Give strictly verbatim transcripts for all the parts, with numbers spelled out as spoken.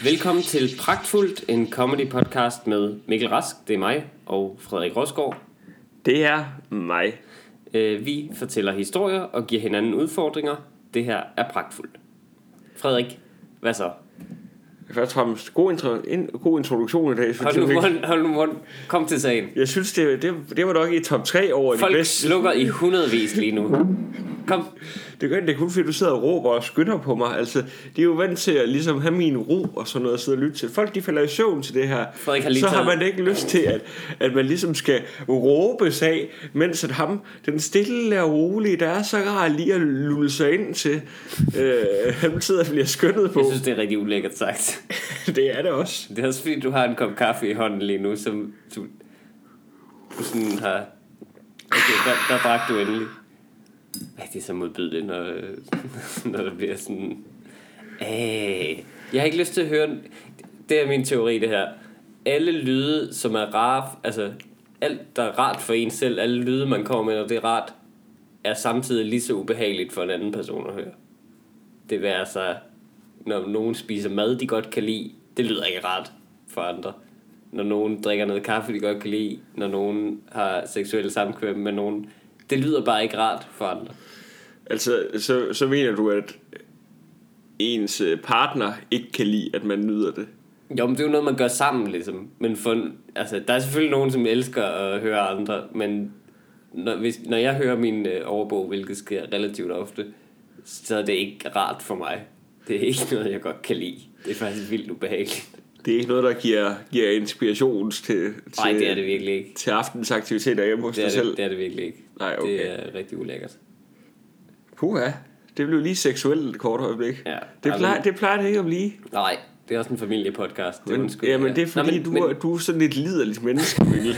Velkommen til Pragtfuldt, en comedy podcast med Mikkel Rask, det er mig, og Frederik Rosgaard. Det er mig. Vi fortæller historier og giver hinanden udfordringer. Det her er Pragtfuldt. Frederik, hvad så? Først og fremmest god, intro, in, god introduktion i dag. Hold nu mund, hold nu mund. Kom til sagen. Jeg synes, det, det, det var nok i top tre over Folk de bedste. Folk slukker i hundredvis lige nu. Kom. Det gør det er kun fordi du sidder og råber og skynder på mig. Altså, de er jo vant til at ligesom have min ro og sådan noget og sidde og lytte til. Folk de falder i søvn til det her. Har så har taget... man ikke lyst til at, at man ligesom skal råbe sig af, mens at ham, den stille og rolige, der er så rar lige at lulle sig ind til, øh, han sidder og bliver skyndet på. Jeg synes det er rigtig ulækkert sagt. Det er det også. Det er også fordi du har en kop kaffe i hånden lige nu, som du, du sådan har. Okay, der, der drak du endelig. Ej, det er så modbydeligt, når, når der bliver sådan... Æh, jeg har ikke lyst til at høre... Det er min teori, det her. Alle lyde, som er rart... Altså, alt, der er rart for en selv, alle lyde, man kommer med, når det er rart, er samtidig lige så ubehageligt for en anden person at høre. Det vil altså... Når nogen spiser mad, de godt kan lide, det lyder ikke rart for andre. Når nogen drikker noget kaffe, de godt kan lide, når nogen har seksuelle samkvem med nogen... Det lyder bare ikke rart for andre. Altså, så, så mener du, at ens partner ikke kan lide, at man nyder det? Jo, men det er jo noget, man gør sammen, ligesom. Men for, altså, der er selvfølgelig nogen, som elsker at høre andre, men når, hvis, når jeg hører min øh, overbog, hvilket sker relativt ofte, så er det ikke rart for mig. Det er ikke noget, jeg godt kan lide. Det er faktisk vildt ubehageligt. Det er ikke noget, der giver, giver inspiration til, Nej, det er det virkelig ikke. Til aftens aktiviteter hjemme hos dig selv? Det er det virkelig ikke. Nej, okay. Det er rigtig ulækkert. Puha, det blev lige seksuelt et kort øjeblik. Ja, det, plejer, det plejer det ikke at blive. Nej, det er også en familiepodcast. Det men, ja, men det er fordi, Nå, men, du, men... du er sådan et liderligt menneske, Mikkel.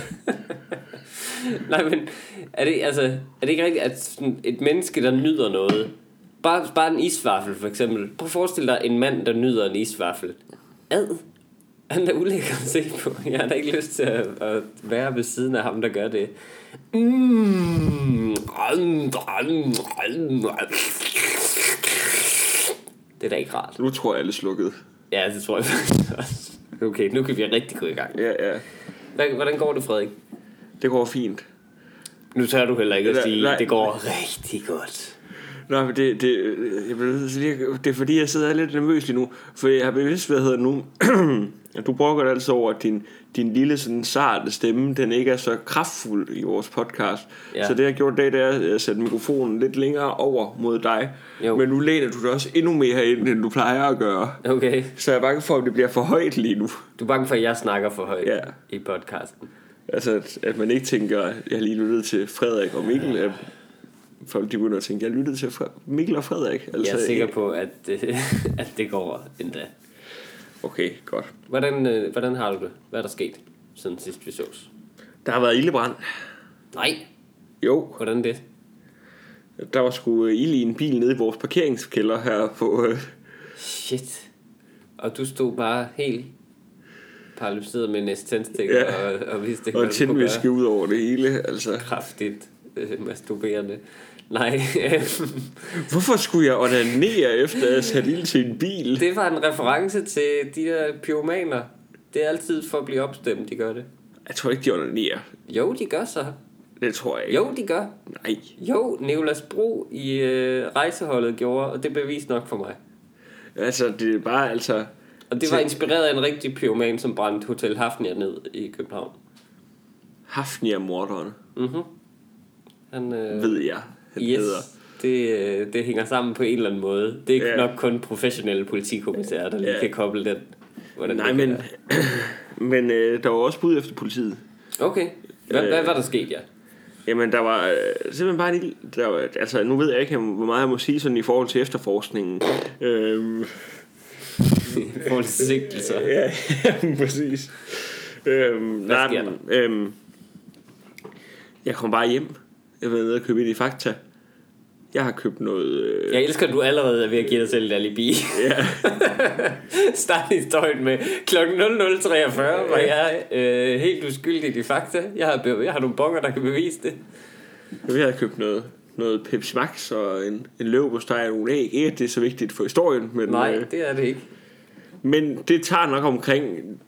Nej, men er det, altså, er det ikke rigtigt, at sådan et menneske, der nyder noget... Bare, bare en isvaffel for eksempel. Prøv at forestille dig en mand, der nyder en isvaffel. Ad. Han er ulækker at se på. Jeg har da ikke lyst til at, at være ved siden af ham, der gør det. Mm. Det er da ikke rart. Nu tror jeg, alle slukket. Ja, det tror jeg faktisk også. Okay, nu kan vi rigtig gå i gang. Ja, ja. Hvordan går det, Frederik? Det går fint. Nu tør du heller ikke at sige, nej, det går rigtig godt. Nå, men det, det, jeg vil, det er fordi, jeg sidder lidt nervøs lige nu. For jeg har bevidst, hvad hedder nu. Du brokker dig altså over, at din, din lille sådan sarte stemme, den ikke er så kraftfuld i vores podcast. Ja. Så det jeg gjort i dag, det er at sætte mikrofonen lidt længere over mod dig. Jo. Men nu læner du dig også endnu mere herind, end du plejer at gøre. Okay. Så jeg er bange for, at det bliver for højt lige nu. Du er bange for, at jeg snakker for højt, ja, i podcasten. Altså, at, at man ikke tænker, at jeg lige lyttede til Frederik og Mikkel. At folk de begynder at tænke, at jeg lyttede til Mikkel og Frederik. Altså, jeg er sikker på, at det, at det går endda. Okay, godt. Hvordan, øh, hvordan har du det? Hvad er der sket siden sidst vi sås? Der har været ildebrand. Nej. Jo. Hvordan det? Der var sgu ild i en bil nede i vores parkeringskælder her på... Øh... Shit. Og du stod bare helt paralyseret med en tændstik, ja, og, og vidste ikke, og tændvæske ud over det hele. Altså. Kraftigt øh, masturberende. Nej. Hvorfor skulle jeg onanere efter at sætte ild til en bil? Det var en reference til de der pyromaner. Det er altid for at blive opstemt, de gør det. Jeg tror ikke, de onanerer. Jo, de gør så. Det tror jeg ikke. Jo, de gør. Nej. Jo, Nicolas Bro i øh, rejseholdet gjorde, og det er bevis nok for mig. Altså, det er bare altså... Og det var inspireret af en rigtig pyroman, som brændte Hotel Hafnia ned i København. Hafnia-morderen? Mhm. Han, øh, ved jeg, han yes, hedder. Det, øh, det hænger sammen på en eller anden måde. Det er ikke ja. nok kun professionelle politikommissærer, der lige ja. kan koble den. Nej, men, men øh, der var også bud efter politiet. Okay. Hvad, øh, hvad var der sket, ja? Jamen, der var øh, simpelthen bare en der var, altså, nu ved jeg ikke, hvor meget jeg må sige sådan i forhold til efterforskningen. øhm, I forhold til sigtelser. Ja, ja, præcis. Øhm, hvad nej, sker der? Øhm, jeg kom bare hjem. Jeg var nede og købe ind i Fakta. Jeg har købt noget... Øh... Jeg elsker, at du allerede er ved at give dig selv et alibi. Ja. Start historien med klokken nul nul treogfyrre, hvor jeg er øh, helt uskyldig i Fakta. Jeg har, be- jeg har nogle bonger, der kan bevise det. Jeg har købt noget, noget Pepsi Max og en, en løvbosteg og nogle æg. Ikke, det er så vigtigt for historien. Men, nej, øh... det er det ikke. Men det tager nok omkring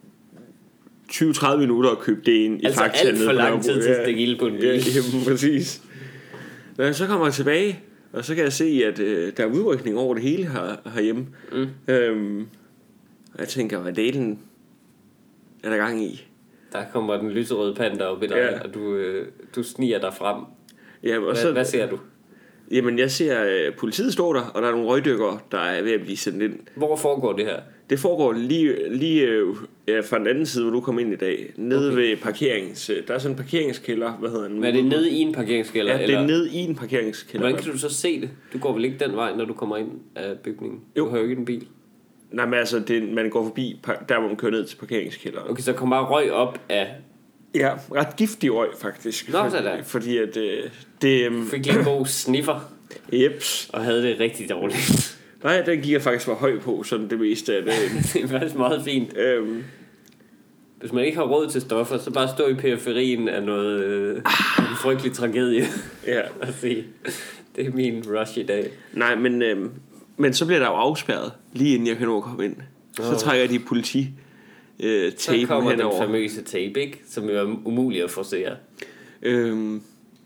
tyve til tredive minutter at købe det ind i altså Fakta. alt for lang tid til at stikke ild på en bil. Ja, jamen, præcis. Når jeg så kommer jeg tilbage, og så kan jeg se, at øh, der er udrykning over det hele her, herhjemme. Mm. Øhm, og jeg tænker, hvad delen er der gang i? Der kommer den lyserøde panda op i dig, ja. Og du, øh, du sniger dig frem. Jamen, og hvad, så, hvad ser du? Jamen, jeg ser øh, politiet står der, og der er nogle røgdykkere, der er ved at blive sendt ind. Hvor foregår det her? Det foregår lige, lige øh, ja, fra den anden side, hvor du kom ind i dag. Nede okay. ved parkerings... Der er sådan en parkeringskælder, hvad hedder den? Men er det nede i en parkeringskælder? Ja, det er eller? Nede i en parkeringskælder. Hvordan kan du så se det? Du går vel ikke den vej, når du kommer ind af bygningen? Jo. Du har jo ikke en bil. Nej, men altså, det, man går forbi, der hvor man kører ned til parkeringskælderen. Okay, så kommer bare røg op af... Ja, ret giftig røg, faktisk. Nå, så er det. Fordi at øh, det... Um... Fik lige en god sniffer. Jeps. Og havde det rigtig dårligt. Nej, den gik jeg faktisk for høj på, sådan det meste af det. Det er faktisk meget fint. Øhm. Hvis man ikke har råd til stoffer, så bare stå i periferien af noget øh, en frygtelig tragedie. Ja. Og sige, det er min rush i dag. Nej, men, øh, men så bliver der jo afspærret, lige inden jeg kan nå at komme ind. Oh. Så trækker de politi øh, tapen så kommer henover. den famøse tape, ikke? Som jo er umulig at forsere. Øhm,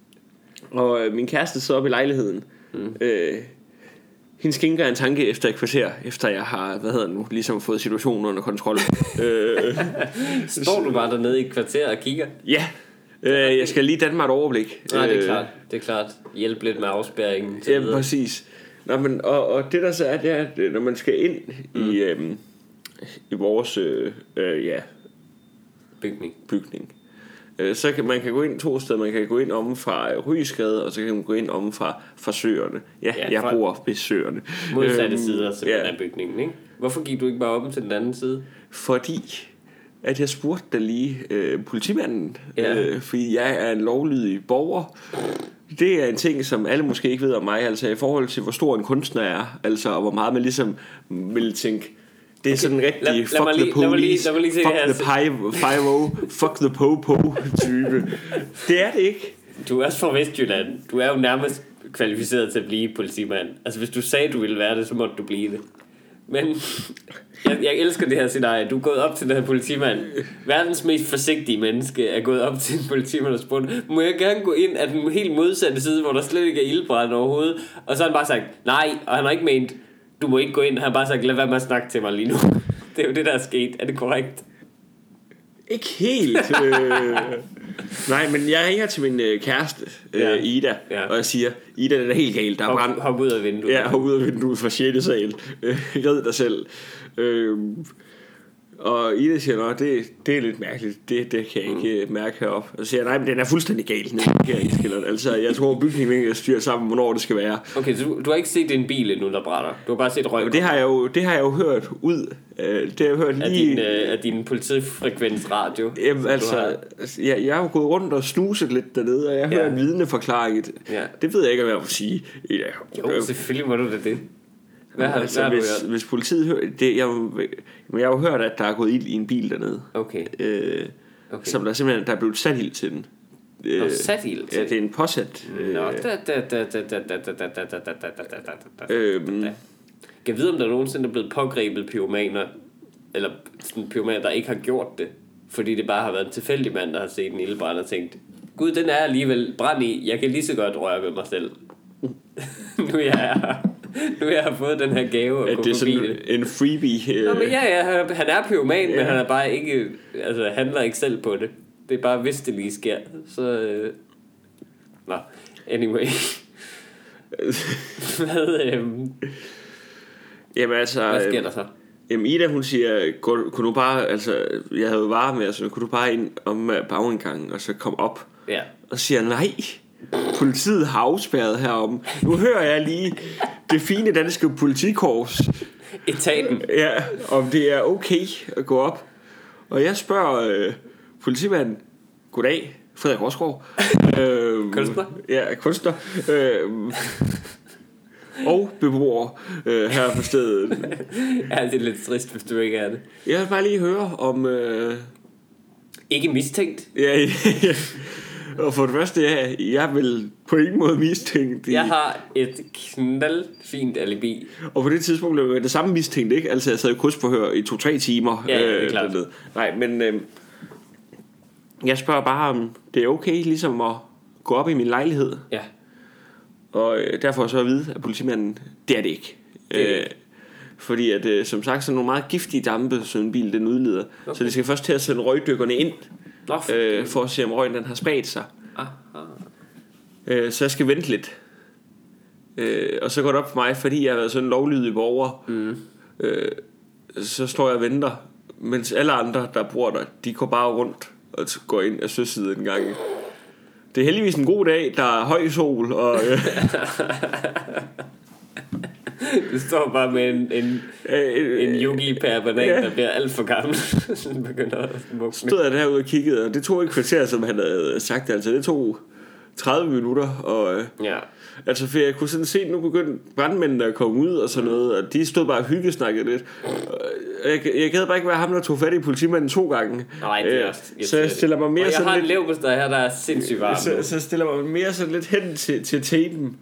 og min kæreste sidder oppe i lejligheden. Mm. Øh, Hende skænker en tanke efter et kvarter, efter jeg har, hvad hedder nu, ligesom fået situationen under kontrol. øh, Står du bare dernede i et kvarter og kigger? Ja, øh, jeg skal lige danne mig et overblik. Nej, det er klart, det er klart. Hjælp lidt med afspærringen. Ja, præcis. Nå, men, og, og det der så er, det er, at når man skal ind mm. i, øh, i vores øh, øh, ja, bygning, bygning så kan man kan gå ind to steder. Man kan gå ind om fra Ryesgade, og så kan man gå ind om fra, fra Søerne. Ja, ja jeg bor ved Søerne. Modsatte øhm, sider simpelthen ja. Af bygningen, ikke? Hvorfor gik du ikke bare op til den anden side? Fordi at jeg spurgte da lige øh, politimanden, ja. øh, fordi jeg er en lovlydig borger. Det er en ting, som alle måske ikke ved om mig, altså i forhold til hvor stor en kunstner er, altså og hvor meget man ligesom vil tænke. Det er okay. Sådan rigtig lad, fuck lad the police, lige, lige fuck the pyro, fuck the po-po type. Det er det ikke. Du er også fra Vestjylland. Du er jo nærmest kvalificeret til at blive politimand. Altså hvis du sagde du ville være det, så måtte du blive det. Men jeg, jeg elsker det her scenarie. Du er gået op til den her politimand. Verdens mest forsigtige menneske er gået op til en politimand og spurgt, må jeg gerne gå ind af den helt modsatte side, hvor der slet ikke er ildbrand overhovedet? Og så har han bare sagt nej, og han har ikke ment du må ikke gå ind. Han har bare sagt lad være med at snakke til mig lige nu. Det er jo det der er sket. Er det korrekt? Ikke helt øh... Nej, men jeg ringer til min øh, kæreste øh, ja. Ida ja. Og jeg siger Ida, det er helt galt. Der er brand. Hop ud af vinduet. Ja, hop ud af vinduet fra sjette sal. øh, Red dig selv. øh, Og Ida siger nå, det, det er lidt mærkeligt. Det, det kan jeg ikke mm. mærke heroppe. Og så siger jeg, nej, men den er fuldstændig galt. Altså, jeg tror bygningen er styrt sammen, hvornår det skal være. Okay, så du, du har ikke set en bil endnu, der brænder. Du har bare set røg. Det har jeg jo, det har jeg jo hørt ud. Det har jeg hørt lige... Af din, øh, af din politifrekvensradio. Jamen, altså, har... jeg, jeg har jo gået rundt og snuset lidt dernede, og jeg har ja. hørt en vidneforklaring. Ja. Det ved jeg ikke, hvad jeg må sige. Jo, selvfølgelig må du da det. Hvad har, altså, hvad har hvis, du hvis politiet hører det, jeg, jeg har jo hørt at der er gået ild i en bil dernede. Okay. Øh, okay. Som der simpelthen der er blevet sat ild til den. Øh, sat ild til? Ja, det er en påsat. Nå, da da da da da da da da da da da da da. Kan jeg vide om der nogensinde er blevet pågrebet pyromaner eller sådan pyromaner der ikke har gjort det, fordi det bare har været en tilfældig mand der har set en ildbrand og tænkt gud den er alligevel brand i, jeg kan lige så godt røre ved mig selv. Nu er jeg her. Nu har jeg fået den her gave og ja, det er sådan det. En freebie. Nå, men ja, ja, han er pyroman, ja. Men han er bare ikke, altså handler ikke selv på det. Det er bare hvis det lige sker, så øh... nå, anyway. Hvad øhm... Jamen altså. Hvad sker der så? Jamen Ida hun siger, kunne du bare, altså jeg havde varer med, så kunne du bare ind om bagindgangen og så komme op. Ja. Og siger nej. Politiet har afspærret herom. Nu hører jeg lige det fine danske politikorps etaten. Ja, om det er okay at gå op. Og jeg spørger øh, politimanden, goddag, Frederik Rosgaard. øh, kunstner. Ja, kunstner. Øh, og beboer øh, her på stedet. Ja, det er lidt trist, hvis du ikke er det. Jeg vil bare lige høre om... Øh, ikke mistænkt. Ja, ja. Og for det første, jeg, jeg vil på ingen måde mistænkt. Jeg har et knaldfint alibi. Og på det tidspunkt blev jeg det samme mistænkt, ikke? Altså jeg sad i krydsforhør i to-tre timer. Ja, ja, det er klart. Øh, Nej, men øh, jeg spørger bare, om det er okay ligesom at gå op i min lejlighed. Ja. Og øh, derfor så at vide, at politimanden, det er det ikke. Det er det øh, ikke. Fordi at, øh, som sagt, så er nogle meget giftige dampe, sådan en bil den udleder. Okay. Så de skal først til at sende røgdykkerne ind, Nå, øh, for at se om røgen den har spredt sig. Aha. Øh, så jeg skal vente lidt. Øh, og så går det op for mig, fordi jeg har været sådan en lovlydig borger. Mm. Øh, så står jeg og venter, mens alle andre, der bor der, de går bare rundt og går ind af søsiden en gang. Det er heldigvis en god dag, der er høj sol. Og, øh, Du står bare med en, en, øh, en yogi per banan, ja. der bliver alt for gammel. Så begynder at vugge. stod jeg derude og kiggede, og det tog ikke kvarter, som han havde sagt. Altså det tog tredive minutter. Og, øh, Ja. altså for jeg kunne sådan se, at nu begyndte brandmændene at komme ud og sådan noget, og de stod bare og hyggesnakkede lidt. Og jeg, jeg gad bare ikke være ham, der tog fat i politimanden to gange. Nej, det er også øh, Så jeg stiller mig mere og jeg sådan har en lidt... leverpostej her, der er sindssygt varm. Så, så stiller jeg mig mere sådan lidt hen til, til tapen.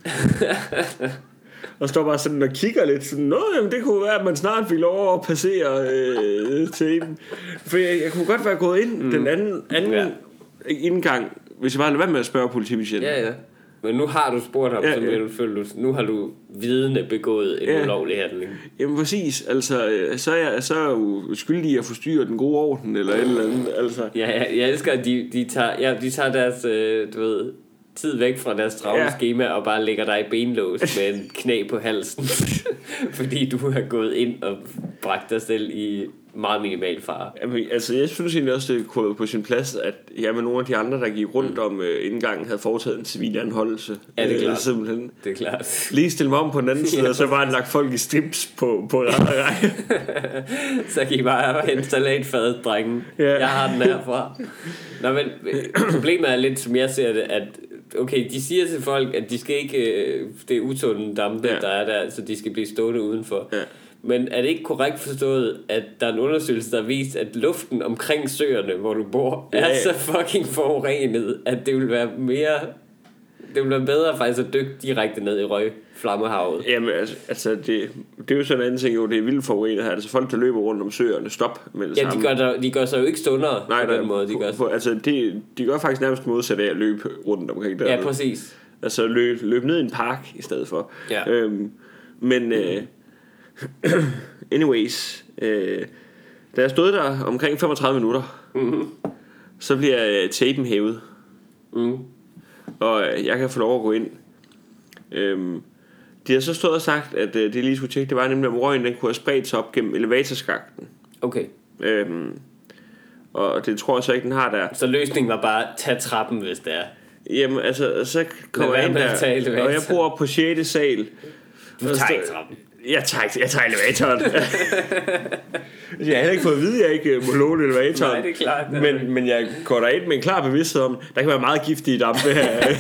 Og står bare sådan og kigger lidt sådan, nå, jamen, det kunne være, at man snart fik lov at passere øh, tapen. For jeg, jeg kunne godt være gået ind mm. den anden, anden Ja. indgang, hvis jeg bare lader være med at spørge politibetjenten. Ja, ja. Men nu har du spurgt ham, Ja, så ja. du føler, nu har du vidende begået en Ja. ulovlig handling. Jamen præcis, altså øh, så er jeg, så er jeg jo skyldig i at forstyrre den gode orden eller et eller andet, altså. Ja, jeg, jeg elsker, at de, de, tager, ja, de tager deres, øh, du ved, tid væk fra deres travle Ja. skema og bare lægger dig i benlås med en knæ på halsen. Fordi du har gået ind og bragt dig selv i meget minimal fare. Jamen, altså jeg synes egentlig også, det kunne være på sin plads, at ja, med nogle af de andre, der gik rundt Mm. om øh, indgangen, havde foretaget en civil anholdelse. Ja, det er klart. Øh, simpelthen. Det er klart. Lige stille mig om på den anden side, Ja. og så bare lagt folk i strips på, på række. Så kan I bare hente salatfadet, drengen. Ja. Jeg har den herfra. Nå, men problemet er lidt, som jeg ser det, at okay, de siger til folk, at de skal ikke, øh, det er utunde dampe, Ja. der er der, så de skal blive stående udenfor. Ja. Men er det ikke korrekt forstået, at der er en undersøgelse, der har vist, at luften omkring søerne, hvor du bor, Ja, er ja. så fucking forurenet, at det vil være mere... Det vil være bedre faktisk at dykke direkte ned i røgflammehavet. Jamen altså, altså det, det er jo sådan en anden ting, jo, det er vildt forurenet her. Altså folk, der løber rundt om søerne, stop med det Ja, samme. de gør, der, de gør sig jo ikke stundere Nej, på nej, den måde. De for, gør. for, altså de, de gør faktisk nærmest modsat af at løbe rundt omkring der. Ja, præcis. Altså løb, løb ned i en park i stedet for. Ja. Øhm, men øh, anyways, øh, da jeg stod der omkring femogtredive minutter, Mm-hmm. så bliver øh, tapen hævet, Mm. og øh, jeg kan få lov at gå ind. Øhm, de har så stået og sagt, at øh, det lige skulle tjekke, det var nemlig, om røgen den kunne have spredt sig op gennem elevatorskakten. Okay. Øhm, og det tror jeg så ikke, den har der. Så løsningen var bare, tag trappen, hvis det er. Jamen, altså, så kommer Lad jeg ind være med at tage der, elevator. og jeg bor på sjette sal. Du Og tager så- ikke trappen. Jeg tager, ikke- jeg tager elevatoren. Jeg har heller ikke fået at vide, at jeg ikke må låne elevatoren. Nej, det er klart. Det er Men, men jeg går derind med en klar bevidsthed om, der kan være meget giftige dampe her.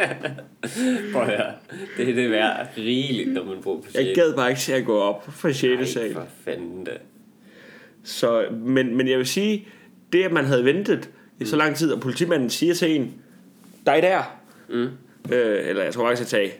Prøv at høre. Det er det værd rigeligt, når man bor på Jeg sjette. gad bare ikke til at gå op fra sjette sal. for fanden da. Så, men, men jeg vil sige, det at man havde ventet i så lang tid, og politimanden siger til en, dig der. Mm. Øh, eller jeg tror faktisk, at tage,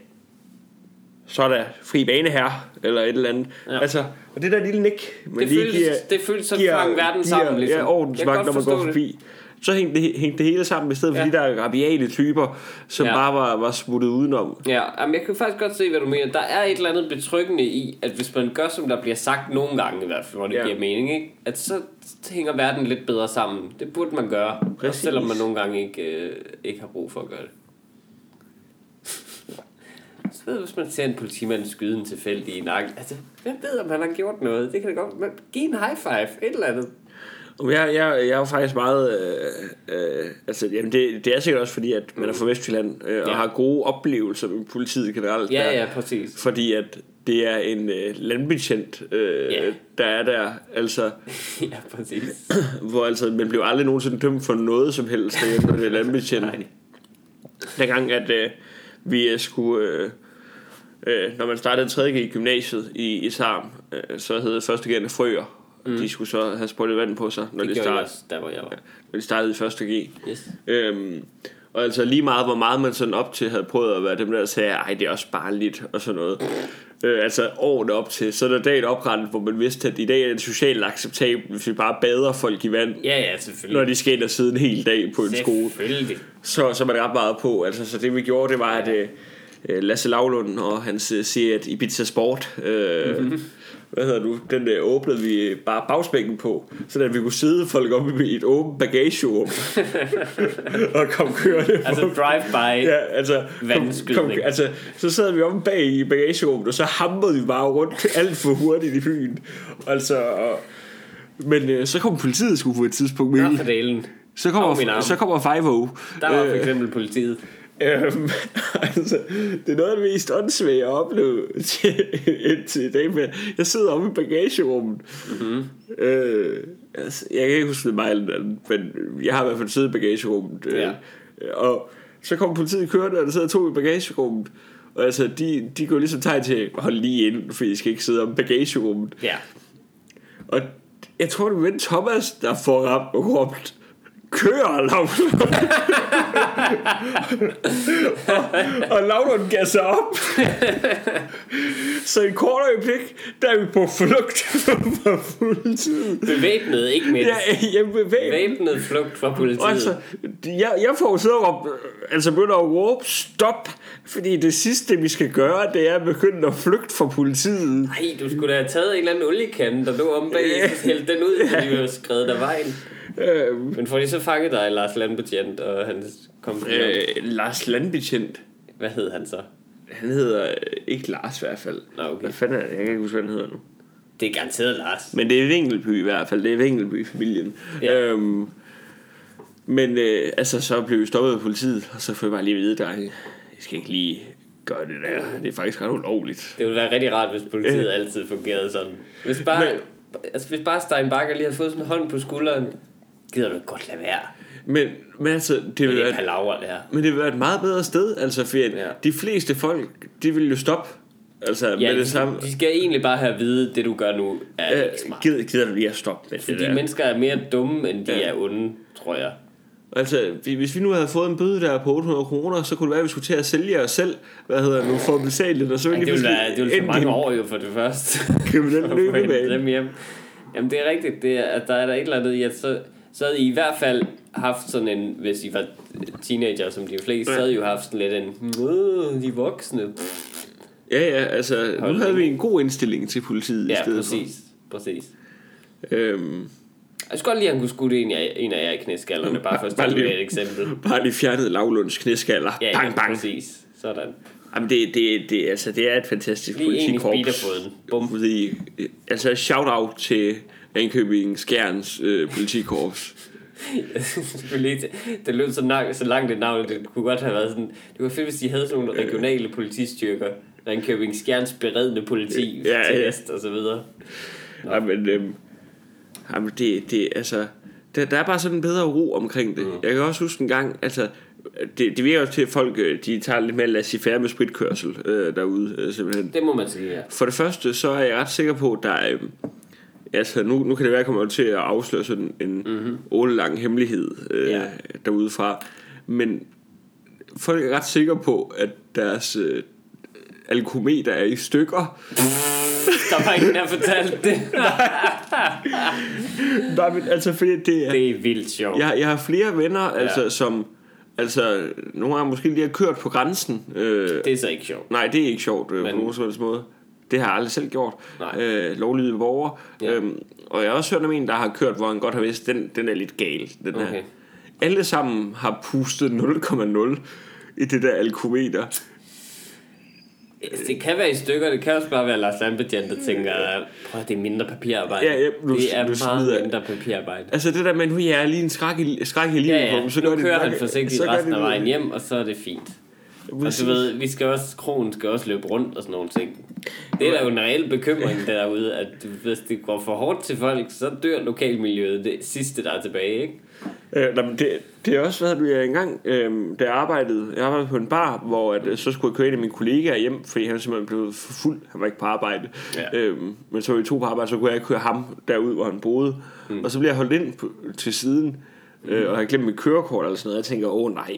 så er der fri bane her, eller et eller andet. Ja. Altså, og det der lille nik, man Det lige føles, giver, det føles så giver, fange verden sammen, giver, ligesom. ja, Jeg kan ordensmagt, godt når man forstå går forbi. Så hængte det, hængte det hele sammen, i stedet for Ja. de der rabiale typer, som Ja. bare var, var smuttet udenom. Ja, jamen jeg kan faktisk godt se, hvad du mener. Der er et eller andet betryggende i, at hvis man gør, som der bliver sagt nogle gange i hvert fald, hvor det Ja. giver mening, ikke? At så hænger verden lidt bedre sammen. Det burde man gøre, Præcis. også selvom man nogle gange ikke, øh, ikke har brug for at gøre det. Så ved du, hvis man ser en politimand skyde en tilfældig i nakken, altså, hvem ved, om han har gjort noget? Det kan det godt. Men giv en high five, et eller andet. Og Jeg, jeg, jeg er jo faktisk meget øh, øh, altså, jamen det, det er sikkert også fordi, at man er fra Vestjylland øh, og Ja. har gode oplevelser med politiet generelt. Ja, der. ja, præcis. Fordi at det er en øh, landbetjent, øh, Ja. der er der, altså, Ja, præcis. hvor altså, man blev aldrig nogensinde dømt for noget som helst, når det er landbetjent. Nej. Dengang, at øh, vi øh, skulle, øh, øh, når man startede tredje G i gymnasiet i, i Sarm, øh, så hed første G'erne frøer. Mm. De skulle så have sprøjtet vand på sig, når Det de gjorde jeg startede, også, der hvor jeg var. når de startede i første G. Yes. Øhm, Og altså lige meget, hvor meget man sådan op til havde prøvet at være dem der, der sagde, ej, det er også barnligt og sådan noget. Øh, altså årene op til, så er der dagen oprettet, hvor man vidste, at i dag er det socialt acceptabelt, hvis vi bare bader folk i vand. Ja, ja, selvfølgelig. Når de skal ind og sidde en hel dag på en skole. Selvfølgelig. Så, så er man ret meget på. Altså, så det vi gjorde, det var, at øh, Lasse Lavlund og hans øh, serie Ibiza Sport, øh, mm-hmm. hvad hedder du, den der åbnede vi bare bagspækken på, så at vi kunne sidde folk op i et åbent bagagerum og komme kørende. Altså drive-by. Ja, altså, kom, kom, altså så sad vi om bag i bagagerummet, og så hamrede vi bare rundt alt for hurtigt i byen. Altså, og, men øh, så kom politiet sgu på et tidspunkt med. Nå, for delen. Så kommer, så kommer Five-O. Der var for eksempel politiet. Øhm, altså, det er noget af det mest åndssvage at opleve til, indtil i dag. Men jeg sidder oppe i bagagerummet. Mm-hmm. øh, altså, Jeg kan ikke huske det mig eller andet, men jeg har i hvert fald siddet i bagagerummet. øh, ja. Og så kommer politiet kørende, og der sidder to i bagagerummet. Og altså, de, de går ligesom tegn til at holde lige ind, for I skal ikke sidde oppe i bagagerummet. Ja. Og jeg tror det var Thomas, der får ramt og råbt, kører Lavlund. og, og Lavlund gav sig op. Så i en kort øjeblik, der er vi på flugt fra politiet. Bevæbnet, ikke mindst. Ja, ja, bevæbnet. Bevæbnet flugt fra politiet. Altså, jeg, jeg får så råbt, altså begynder at råbe, stop. Fordi det sidste, vi skal gøre, det er at begynde at flygte fra politiet. Nej, du skulle da have taget en eller anden oliekande, der lå om bag, og hældt den ud, fordi vi havde skrevet der vejen. Øhm. Men får de så fanget dig, Lars Landbetjent og hans kompagnon? Øh, Lars Landbetjent. Hvad hed han så? Han hedder øh, ikke Lars i hvert fald. Nå, okay. Hvad fanden er det? Jeg kan ikke huske, hvad han hedder nu. Det er garanteret Lars. Men det er Vingelby i hvert fald. Det er Vingelby-familien. Ja. Øhm, men øh, altså, så blev vi stoppet af politiet, og så får jeg bare lige vide, der jeg skal ikke lige gøre det der. Det er faktisk ret ulovligt. Det ville være rigtig rart, hvis politiet øh. altid fungerede sådan. Hvis bare, men, altså, hvis bare Stein Bakker lige havde fået sådan en hånd på skulderen, gider du godt lade være. Men, men altså det vil være palaver, det her. Men det vil være et meget bedre sted. Altså for ja. De fleste folk, de vil jo stoppe. Altså ja, med de, det samme. De skal egentlig bare have at vide, det du gør nu er ja, ikke smart. Gider, gider du lige at stoppe med fordi det der. Mennesker er mere dumme end de ja. er onde, tror jeg. Altså hvis vi nu havde fået en bøde der på otte hundrede kroner, så kunne det være at vi skulle til at sælge os selv. Hvad hedder det nu, for at betale det. Og så ja, det ville være det ville tage mange år jo for det første. Kriminelle løbebane. Jamen det er rigtigt, det er, at der er der et eller andet i at så så havde I i hvert fald haft sådan en, hvis I var teenager som de fleste, ja. Så havde I jo haft sådan lidt en, de voksne. Ja, ja, altså nu havde vi en god indstilling til politiet ja, i stedet præcis, for. præcis. Øhm. Jeg skulle godt lide, at han kunne skutte en af, en af jer i knæskallerne, bare for at stille et eksempel. Bare lige fjernet Lavlunds knæskaller. Ja, bang, bang. Præcis. Sådan. Jamen det, det, det, altså, det er et fantastisk politikorps. Bum. Fordi, altså shout out til Ringkøbing Skjerns øh, politikorps. Det lød så, langt, så langt et navn. Det kunne godt have været sådan. Det var fedt, hvis de havde sådan nogle regionale politistyrker. Ringkøbing Skjerns beredne politi ja, til vest ja. Og så videre. Jamen, øhm, jamen det, det altså der, der er bare sådan en bedre ro omkring det. Mm. Jeg kan også huske en gang, altså det, det virker jo til at folk de tager lidt mere laissez-faire med spritkørsel øh, derude øh, simpelthen. Det må man sige, ja. For det første så er jeg ret sikker på at der er øh, altså nu, nu kan det være, at jeg kommer til at afsløre sådan en mm-hmm. årelang hemmelighed øh, ja. Derude fra. Men folk er ret sikre på, at deres øh, alkometer er i stykker. Der var ingen, der fortalte det. Nej, men altså fordi det er, det er vildt sjovt. Jeg, jeg har flere venner, altså ja. Som altså nogle gange måske lige har kørt på grænsen. Øh, det er så ikke sjovt. Nej, det er ikke sjovt øh, men... på nogen som helst måde. Det har jeg aldrig selv gjort. øh, Lovlydige borgere. Ja. øhm, Og jeg har også hørt om en der har kørt, hvor han godt har vidst den, den er lidt gal den okay. Her. Alle sammen har pustet nul komma nul i det der alkometer. Det kan være i stykker. Det kan også bare være Lars Landbetjent, der tænker, prøv, det er mindre papirarbejde. Ja, ja, nu, det er nu meget mindre papirarbejde. Altså det der med, nu er lige en skræk i, skræk i livet ja, ja. På, så nu gør kører det, han forsigtigt resten af vejen hjem, og så er det fint. Og du ved, vi skal også, kronen skal også løbe rundt og sådan nogle ting. Det er da jo en reel bekymring derude, at hvis det går for hårdt til folk, så dør lokalmiljøet det sidste, der er tilbage, ikke? Øh, nej, men det, det er også, hvad du jeg engang, øh, da jeg arbejdede, jeg arbejdede på en bar, hvor at, så skulle jeg køre en af mine kollegaer hjem, fordi han simpelthen blev for fuld, han var ikke på arbejde. Ja. Øh, men så var vi to på arbejde, så kunne jeg køre ham derud, hvor han boede. Mm. Og så blev jeg holdt ind på, til siden, øh, og jeg glemte mit kørekort eller sådan noget, og jeg tænker, åh nej.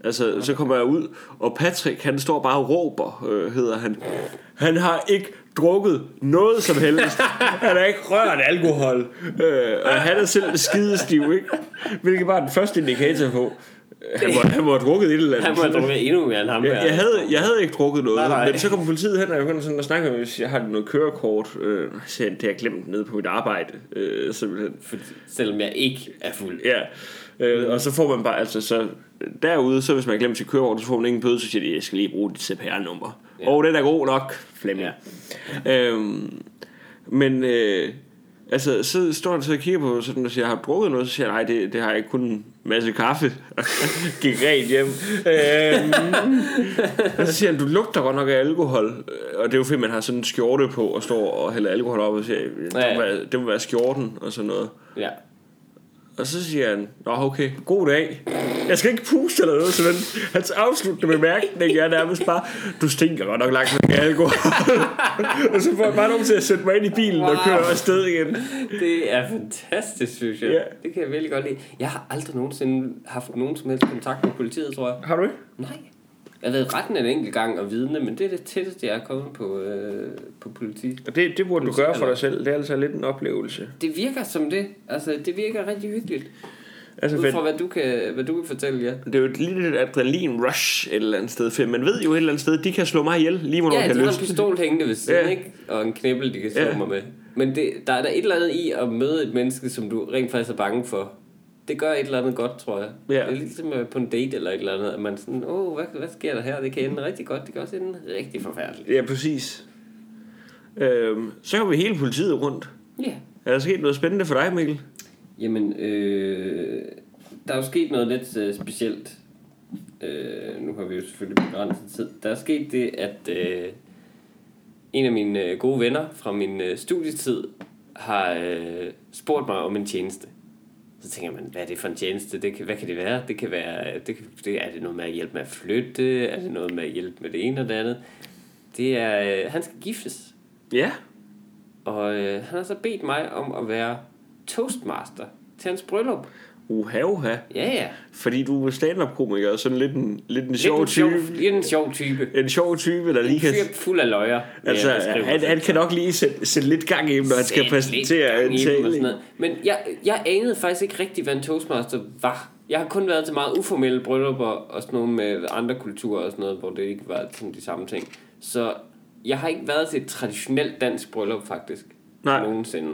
Altså, så kommer jeg ud, og Patrick, han står bare og råber, øh, hedder han. Han har ikke drukket noget som helst. Han har ikke rørt alkohol. Øh, og han er selv skidestiv, ikke? Hvilket var den første indikator på. Han må, han må have drukket et eller andet. Han må have drukket endnu mere end ham. Jeg, jeg, havde, jeg havde ikke drukket noget. Nej, nej. Men så kom politiet hen, og jeg begyndte sådan at snakke med, hvis jeg har noget kørekort. Øh, så det har jeg glemt nede på mit arbejde. Øh, simpelthen. For, selvom jeg ikke er fuld. Ja. Øh, og så får man bare, altså så derude, så hvis man glemmer sit kørekort, så får man ingen bøde, så siger de, jeg skal lige bruge dit C P R-nummer. Ja. Og den er god nok, Flemming. Ja. Øhm, men øh, altså, så står han så og kigger på, sådan, og siger, jeg har drukket noget, så siger jeg, nej, det, det har jeg ikke, kun en masse kaffe. Gik rent hjem. øhm, og så siger han, du lugter godt nok af alkohol. Og det er jo fordi, man har sådan en skjorte på, og står og hælder alkohol op, og siger, det må, ja. være, det må være skjorten, og sådan noget. Ja. Og så siger han, nå okay, god dag. Jeg skal ikke puste eller noget, så den, hans afsluttende bemærkning er nærmest bare, du stinker godt nok langt med alkohol. Og så får jeg bare nogen til at sætte mig ind i bilen, wow, og køre afsted igen. Det er fantastisk, synes jeg. Yeah. Det kan jeg virkelig godt lide. Jeg har aldrig nogensinde haft nogen som helst kontakt med politiet, tror jeg. Har du ikke? Nej. Jeg har været retten en enkelt gang og vidne, men det er det tætteste, jeg er kommet på, øh, på politi. Og det, det burde du gøre for dig selv. Det er altså lidt en oplevelse. Det virker som det. Altså, det virker rigtig hyggeligt. Altså, ud fra hvad du, kan, hvad du kan fortælle, ja. Det er jo et lille adrenalin-rush et eller andet sted. For man ved jo et eller andet sted, de kan slå mig ihjel, lige hvor ja, nogen kan løse. Ja, de har en pistol hængende ved siden, ja, ikke? Og en knibbel, de kan slå ja. mig med. Men det, der er der et eller andet i at møde et menneske, som du rent faktisk er bange for. Det gør et eller andet godt, tror jeg. Ja. Det er ligesom på en date eller et eller andet, at man sådan, åh, hvad, hvad sker der her? Det kan ende rigtig godt, det kan også ende rigtig forfærdeligt. Ja, præcis. Øhm, så går vi hele politiet rundt. Ja. Er der sket noget spændende for dig, Mikkel? Jamen, øh, der er jo sket noget lidt øh, specielt. Øh, nu har vi jo selvfølgelig begrænset tid. Der er sket det, at øh, en af mine øh, gode venner fra min øh, studietid har øh, spurgt mig om en tjeneste. Så tænker man, hvad er det for en tjeneste? Det kan, hvad kan det være? Det kan være, det kan, det, er det noget med at hjælpe med at flytte? Er det noget med at hjælpe med det ene og det andet? Det er, øh, han skal giftes. Ja. Og øh, han har så bedt mig om at være toastmaster til hans bryllup. Uha, uha. Ja, ja. Fordi du er stand-up-komiker og sådan lidt en, lidt en sjov type. Lidt en sjov type. En sjov type, der lige kan... En fyr fuld af løjer. Altså, han, han kan nok lige sætte, sætte lidt gang i dem, når han skal præsentere en tale. Men jeg, jeg anede faktisk ikke rigtig, hvad en toastmaster var. Jeg har kun været til meget uformelle bryllupper og sådan noget med andre kulturer og sådan noget, hvor det ikke var sådan de samme ting. Så jeg har ikke været til et traditionelt dansk bryllup, faktisk. Nej. Nogensinde.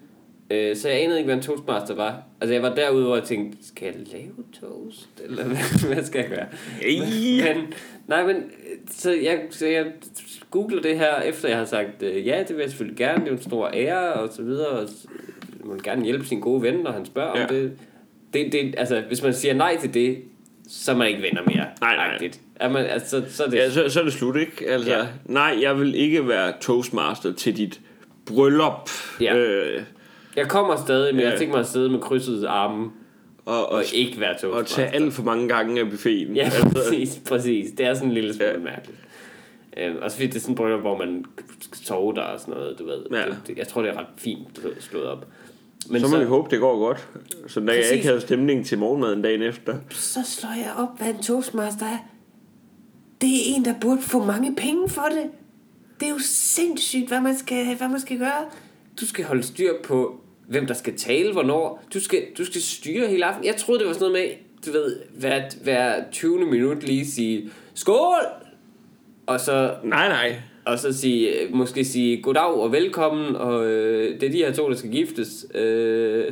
Så jeg anede ikke, hvad en toastmaster var. Altså jeg var derude, hvor jeg tænkte, skal jeg lave toast? Eller hvad, hvad skal jeg gøre? Hey. Men, nej, men så jeg, så jeg googler det her, efter jeg har sagt, ja, det vil jeg selvfølgelig gerne, det er en stor ære, og så videre. Og man vil gerne hjælpe sin gode ven, når han spørger ja. om det. Det, det. Altså, hvis man siger nej til det, så er man ikke venner mere. Nej, nej. Er man, altså, så, så, er det... Ja, så, så er det slut, ikke? Altså, ja. Nej, jeg vil ikke være toastmaster til dit bryllup. Ja. Øh, Jeg kommer stadig, men ja. jeg tænker mig at sidde med krydsede arme og, og, og ikke være toastmaster. Og tage alt for mange gange af buffeten. Ja, præcis, præcis. Det er sådan en lille smule ja. mærkeligt. Øhm, også fordi det er sådan en bryllup, hvor man skal sove der og sådan noget, du ved. Ja. Det, det, jeg tror, det er ret fint slået op. Men så må så, vi håbe, det går godt. Så da jeg ikke havde stemning til morgenmaden dagen efter. Så slår jeg op, hvad en toastmaster er. Det er en, der burde få mange penge for det. Det er jo sindssygt, hvad man skal, hvad man skal gøre. Du skal holde styr på, hvem der skal tale, hvornår. Du skal, du skal styre hele aften. Jeg troede, det var sådan noget med, du ved, hver, hver tyvende minut lige sige, skål! Og så... Nej, nej. Og så sige, måske sige, goddag og velkommen, og øh, det er de her to, der skal giftes. Øh,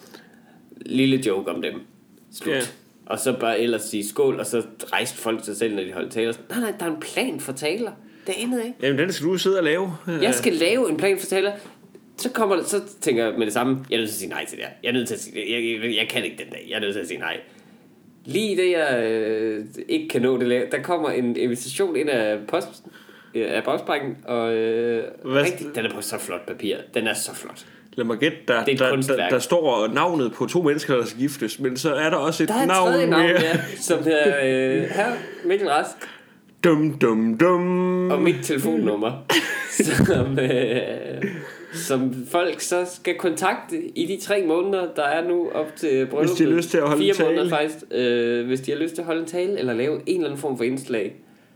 lille joke om dem. Slut. Yeah. Og så bare ellers sige skål, og så rejste folk sig selv, når de holdt taler. Nej, nej, der er en plan for taler. Det anede ikke. Jamen, den skal du sidde og lave. Jeg skal lave en plan for taler. Så kommer det, så tænker jeg med det samme, jeg er nødt til at sige nej til det her. Jeg er nødt til at sige, jeg, jeg, jeg kan ikke den dag. Jeg er nødt til at sige nej. Lige det jeg øh, ikke kan nå det, der kommer en invitation ind af post af postbrækken, og øh, rigtig, den er på så flot papir. Den er så flot. Lad mig gætte, der, der, der, der står navnet på to mennesker, der skal giftes, men så er der også et der er navn, et navn mere, ja, som hedder øh, herr Mikkel Rask. Dum, dum, dum. Og mit telefonnummer. som, øh, som folk så skal kontakte i de tre måneder, der er nu op til brylluppet. Hvis de har lyst til at holde Fire en tale. måneder faktisk, øh, hvis de har lyst til at holde en tale, eller lave en eller anden form for indslag.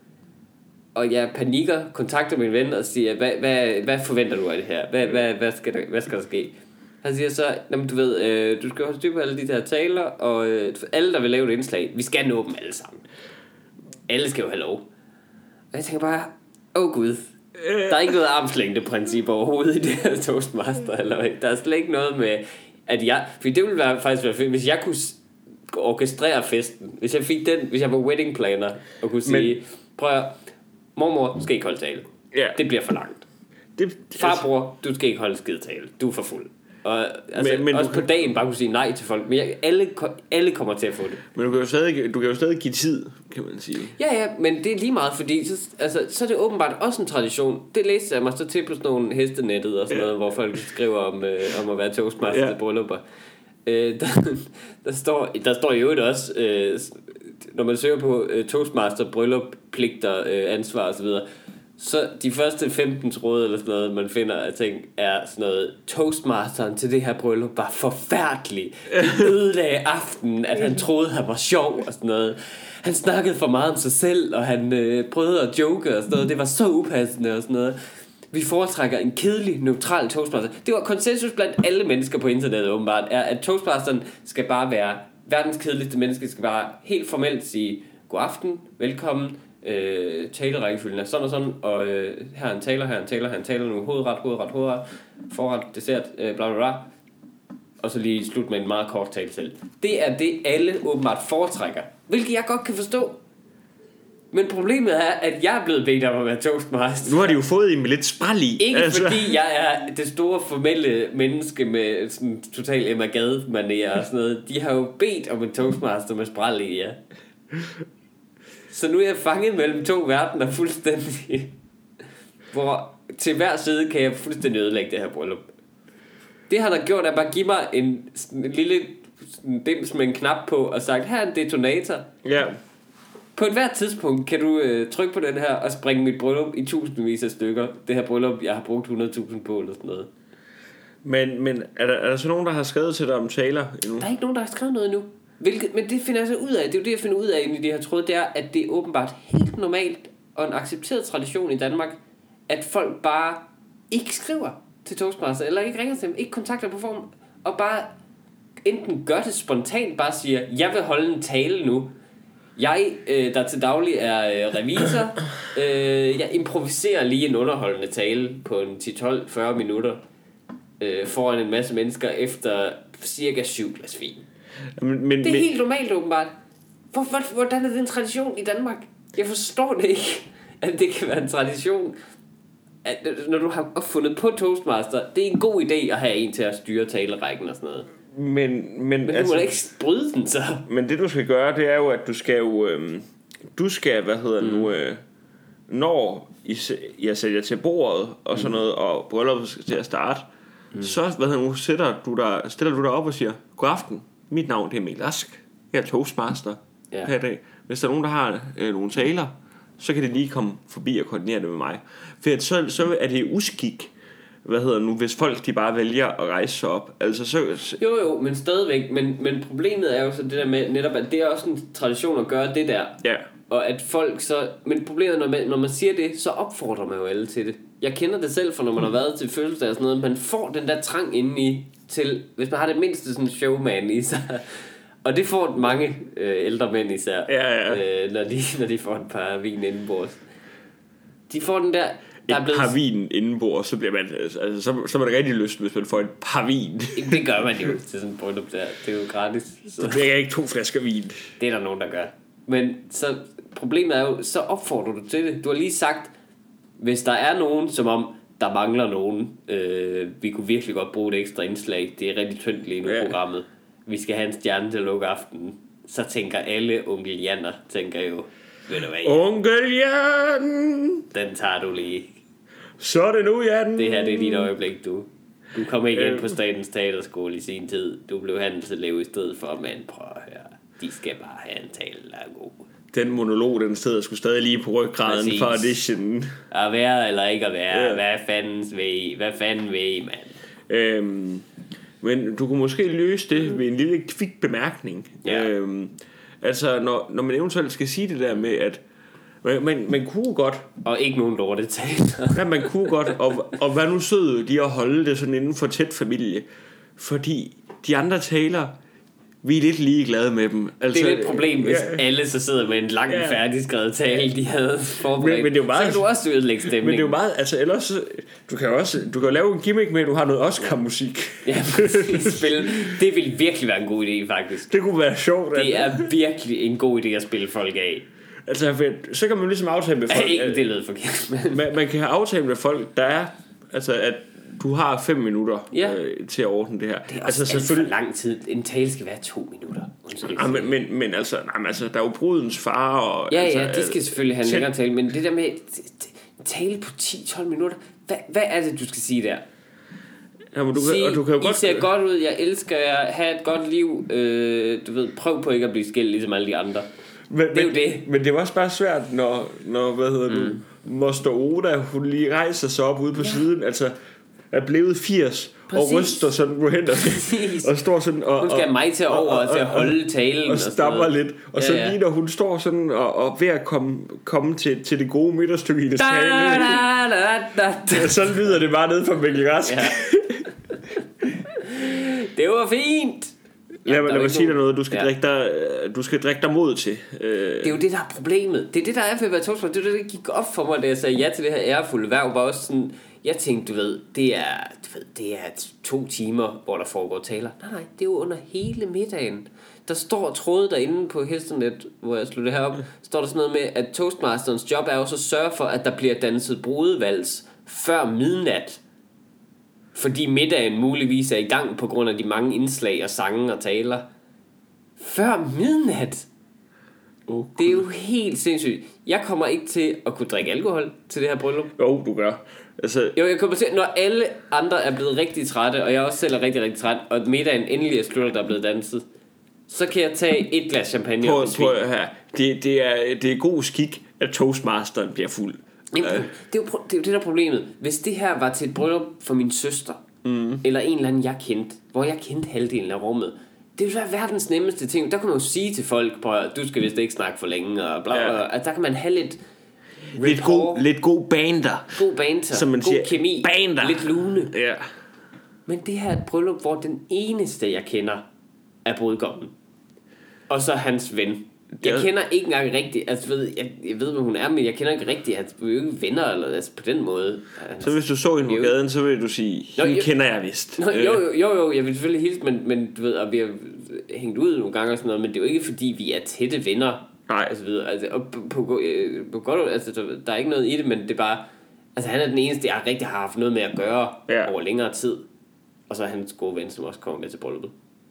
Og jeg panikker, kontakter min ven og siger, hvad, hvad, hvad forventer du af det her? Hvad, hvad, hvad, skal, der, hvad skal der ske? Han siger så, jamen, du ved, øh, du skal holde styr på alle de der taler, og øh, alle, der vil lave et indslag, vi skal nå dem alle sammen. Alle skal jo have lov. Og jeg tænker bare, åh oh, gud, der er ikke noget armslængdeprincip overhovedet i det her Toastmaster, eller hvad? Der er slet ikke noget med, at jeg, for det ville være, faktisk være fedt, hvis jeg kunne orkestrere festen, hvis jeg fik den, hvis jeg var wedding planner, og kunne sige, men, prøv at, mormor skal ikke holde tale. Ja. Det bliver for langt. Det, Farbror, du skal ikke holde skidetale. Du er for fuld. Og altså, men, men også på kan... dagen bare kunne sige nej til folk. Men jeg, alle, alle kommer til at få det. Men du kan, jo stadig, du kan jo stadig give tid, kan man sige. Ja, ja, men det er lige meget, fordi så, altså, så er det åbenbart også en tradition. Det læste jeg mig så til på sådan nogle hestenettet og sådan ja. noget, hvor folk skriver om, øh, om at være toastmaster ja. til bryllupper. Øh, der, der, står, der står jo det også, øh, når man søger på øh, toastmaster, bryllup, pligter, øh, ansvar osv., så de første femten tråde eller sådan noget, man finder af ting, er sådan noget, toastmasteren til det her bryllup var forfærdelig. Det ødelagde aftenen, at han troede, han var sjov og sådan noget. Han snakkede for meget om sig selv, og han øh, prøvede at joke og sådan noget. Det var så upassende og sådan noget. Vi foretrækker en kedelig, neutral toastmaster. Det var konsensus blandt alle mennesker på internettet åbenbart, er, at toastmasteren skal bare være verdens kedeligste menneske, skal bare helt formelt sige, god aften, velkommen, Øh, talerækkefølgen er sådan og sådan, og øh, her er en taler, her er en taler, her er en taler nu, hovedret, hovedret, hovedret, forret, dessert, øh, bla bla bla, og så lige slut med en meget kort tale selv. Det er det, alle åbenbart foretrækker, hvilket jeg godt kan forstå. Men problemet er, at jeg er blevet bedt om at være toastmaster. Nu har de jo fået en med lidt spræl i. Ikke altså. Fordi jeg er det store formelle menneske med sådan total Emma Gade-manér og sådan noget. De har jo bedt om en toastmaster med spræl i, ja. Så nu er jeg fanget mellem to verdener fuldstændig. Hvor til hver side kan jeg fuldstændig ødelægge det her bryllup. Det han har gjort er bare at give mig en, en lille en dims med en knap på og sagt, her er en detonator. Ja. På et hvert tidspunkt kan du øh, trykke på den her og springe mit bryllup i tusindvis af stykker. Det her bryllup, jeg har brugt hundrede tusind på eller sådan noget. Men, men er, der, er der så nogen, der har skrevet til dig om taler endnu? Der er ikke nogen, der har skrevet noget endnu. Hvilket, men det finder jeg så ud af. Det er jo det, jeg finder ud af i de her tråde, det er, at det er åbenbart helt normalt og en accepteret tradition i Danmark, at folk bare ikke skriver til Toastmaster, eller ikke ringer til dem, ikke kontakter på form, og bare enten gør det spontant, bare siger, jeg vil holde en tale nu. Jeg, øh, der til daglig er øh, revisor, øh, jeg improviserer lige en underholdende tale på en ti tolv fyrre minutter øh, foran en masse mennesker efter cirka syv glas vin. Men, men, det er men, helt normalt åbenbart. Hvor, hvor, hvordan er det en tradition i Danmark? Jeg forstår det ikke, at det kan være en tradition. At, når du har fundet på Toastmaster, det er en god idé at have en til at styre talerækken og sådan noget. Men, men, men du altså, må da ikke bryde den så. Men det du skal gøre, det er jo, at du skal jo øh, du skal, hvad hedder mm. nu øh, når I, jeg sætter til bordet og sådan noget, og brylluppet skal til at starte, mm. så hvad hedder nu, sætter du dig, stiller du dig op og siger, god aften, mit navn det er Emil Ask, jeg er Toastmaster ja. her i dag. Hvis der er nogen, der har øh, nogle taler, så kan de lige komme forbi og koordinere det med mig. For så, så er det uskik, hvad hedder nu, hvis folk de bare vælger at rejse sig op. Altså så, så jo jo, men stadigvæk, men, men problemet er jo så det der med netop, at det er også en tradition at gøre det der. Ja. Og at folk så, men problemet når man, når man siger det, så opfordrer man jo alle til det. Jeg kender det selv, for når man har været til fødselsdag og sådan noget, man får den der trang indeni til, hvis man har det mindste sådan showman i sig. Og det får mange øh, ældre mænd især, ja, ja. Øh, når, de, når de får et par vin indenbords. De får den der, der et blevet par vin indenbords, så bliver man altså, så, så er det rigtig lyst, hvis man får et par vin. Det gør man jo til sådan en bryllup der. Det er jo gratis. Så det bliver ikke to flasker vin. Det er der nogen, der gør. Men så problemet er jo, så opfordrer du til det. Du har lige sagt, hvis der er nogen, som om der mangler nogen, øh, vi kunne virkelig godt bruge et ekstra indslag. Det er rigtig tyndt lige nu ja. programmet. Vi skal have en stjerne til at lukke aftenen. Så tænker alle onkel Janner, tænker jo, ved du hvad, onkel Jan, den tager du lige. Så er det nu, Jan. Det her det er dit øjeblik, du. Du kom ikke ind på Statens Teaterskole i sin tid. Du blev handelselev i stedet for, men prøv at høre. De skal bare have en tale, der er god. den monolog, den sidder sgu stadig lige på ryggraden Præcis. for auditionen. At være eller ikke at være. Ja. Hvad fanden ved I? Hvad fanden ved I, mand? Øhm, men du kunne måske løse det ved en lille kvik bemærkning. Ja. Øhm, altså, når, når man eventuelt skal sige det der med, at man, man, man kunne godt, Og ikke nogen lorte taler. ja, man kunne godt, og, og hvad nu sød de at holde det sådan inden for tæt familie. Fordi de andre taler, vi er lidt ligeglade med dem. Altså, Det er lidt et problem, hvis ja. alle så sidder med en lang Ja. færdigskrevet tale, de havde forberedt. Men- men det er jo meget- så kan du også ødelægge stemningen. Men det er jo meget, altså ellers, du kan jo også, du kan jo lave en gimmick med, at du har noget Oscar-musik. Ja, præcis. Spil. Det ville virkelig være en god idé, faktisk. Det kunne være sjovt. Det er virkelig en god idé at spille folk af. Altså, for, så kan man jo ligesom aftale med Ja, folk. ikke at- det lød forkert, men... man, man kan have aftalt med folk, der er, altså at du har fem minutter Ja. øh, til at ordne det her. Det er altså også alt for lang tid. En tale skal være to minutter. Undskyld. Ja, men, men, men altså, nej, men altså, der er jo brudens far og... Ja, altså, ja, det skal selvfølgelig have en tæt- længere tale, men det der med t- t- en tale på ti til tolv minutter, hvad, hvad er det, du skal sige der? Ja, men du kan, Sig, og du kan jo I godt... ser godt ud, jeg elsker jer, have et godt liv, øh, du ved, prøv på ikke at blive skilt ligesom alle de andre. men, det er jo men, det. Men det var også bare svært, når, når hvad hedder mm. du, Moster Oda, hun lige rejser sig op ude på ja. siden, altså er blevet firs Præcis. og ryster sådan på hænder Præcis. og står sådan og, Hun skal have mig til at over og, til at holde talen. og sådan stammer noget. lidt og Ja, så ja. lige når hun står sådan og, og ved at komme, komme til, til det gode midterstykke i det Da, tale, da, da, da, da. så lyder det bare ned fra Mikkel Rask. Ja. Det var fint. Lad, der mig- er lad mig ikke sige dig nogen- noget. Du skal, Ja. drikke dig, øh, du skal drikke dig mod til. Øh, Det er jo det, der er problemet. Det er det, der er for at være toastmaster. Det er det, der gik op for mig, da jeg sagde ja til det her ærefulde værv. Var også sådan, jeg tænkte, du ved, det er, du ved, det er to timer, hvor der foregår taler. Nej, nej, det er jo under hele middagen. Der står trådet derinde på Hestenet, hvor jeg slutter herop, står der sådan noget med, at toastmasterens job er også at sørge for, at der bliver danset brudevals før midnat. Fordi middagen muligvis er i gang på grund af de mange indslag og sange og taler. Før midnat? oh, Det er jo helt sindssygt. Jeg kommer ikke til at kunne drikke alkohol til det her bryllup. jo, du gør. Altså, Jo, jeg kommer til, når alle andre er blevet rigtig trætte, og jeg også selv er rigtig, rigtig træt, og middagen endelig er slut, og der er blevet danset, så kan jeg tage et glas champagne prøv, og besvime. prøv her. Det, det, er, det er god skik, at toastmasteren bliver fuld. Jamen, det, er jo, pro- det er jo det, der er problemet. Hvis det her var til et bryllup for min søster, mm. eller en eller anden, jeg kendte, hvor jeg kendte halvdelen af rummet, det er jo verdens nemmeste ting. Der kan man jo sige til folk, prøv at, du skal vist ikke snakke for længe, og bla, bla, bla. Ja. Altså, der kan man have lidt... Lidt god, lidt god bander. God banter, Som man god siger, kemi, bander. lidt lune. Ja. Men det her er et bryllup, hvor den eneste, jeg kender, er brudgommen. Og så hans ven. Jeg Ja. kender ikke engang rigtigt, altså ved, jeg, jeg ved, hvad hun er, men jeg kender ikke rigtigt, at vi er jo ikke venner, eller altså på den måde. Så hvis du så hende på Jo. gaden, så vil du sige, Nå, hende jo. kender jeg vist. Nå, jo, jo, jo, jo, jeg vil selvfølgelig hilse, men, men du ved, og vi har hængt ud nogle gange og sådan noget, men det er jo ikke fordi, vi er tætte venner. Nej. Og så videre. Altså, og på, på, øh, på godt, altså, der, der er ikke noget i det, men det er bare, altså han er den eneste, jeg rigtig har haft noget med at gøre Ja. over længere tid. Og så er hans gode ven, som også kommer med til brylluppet.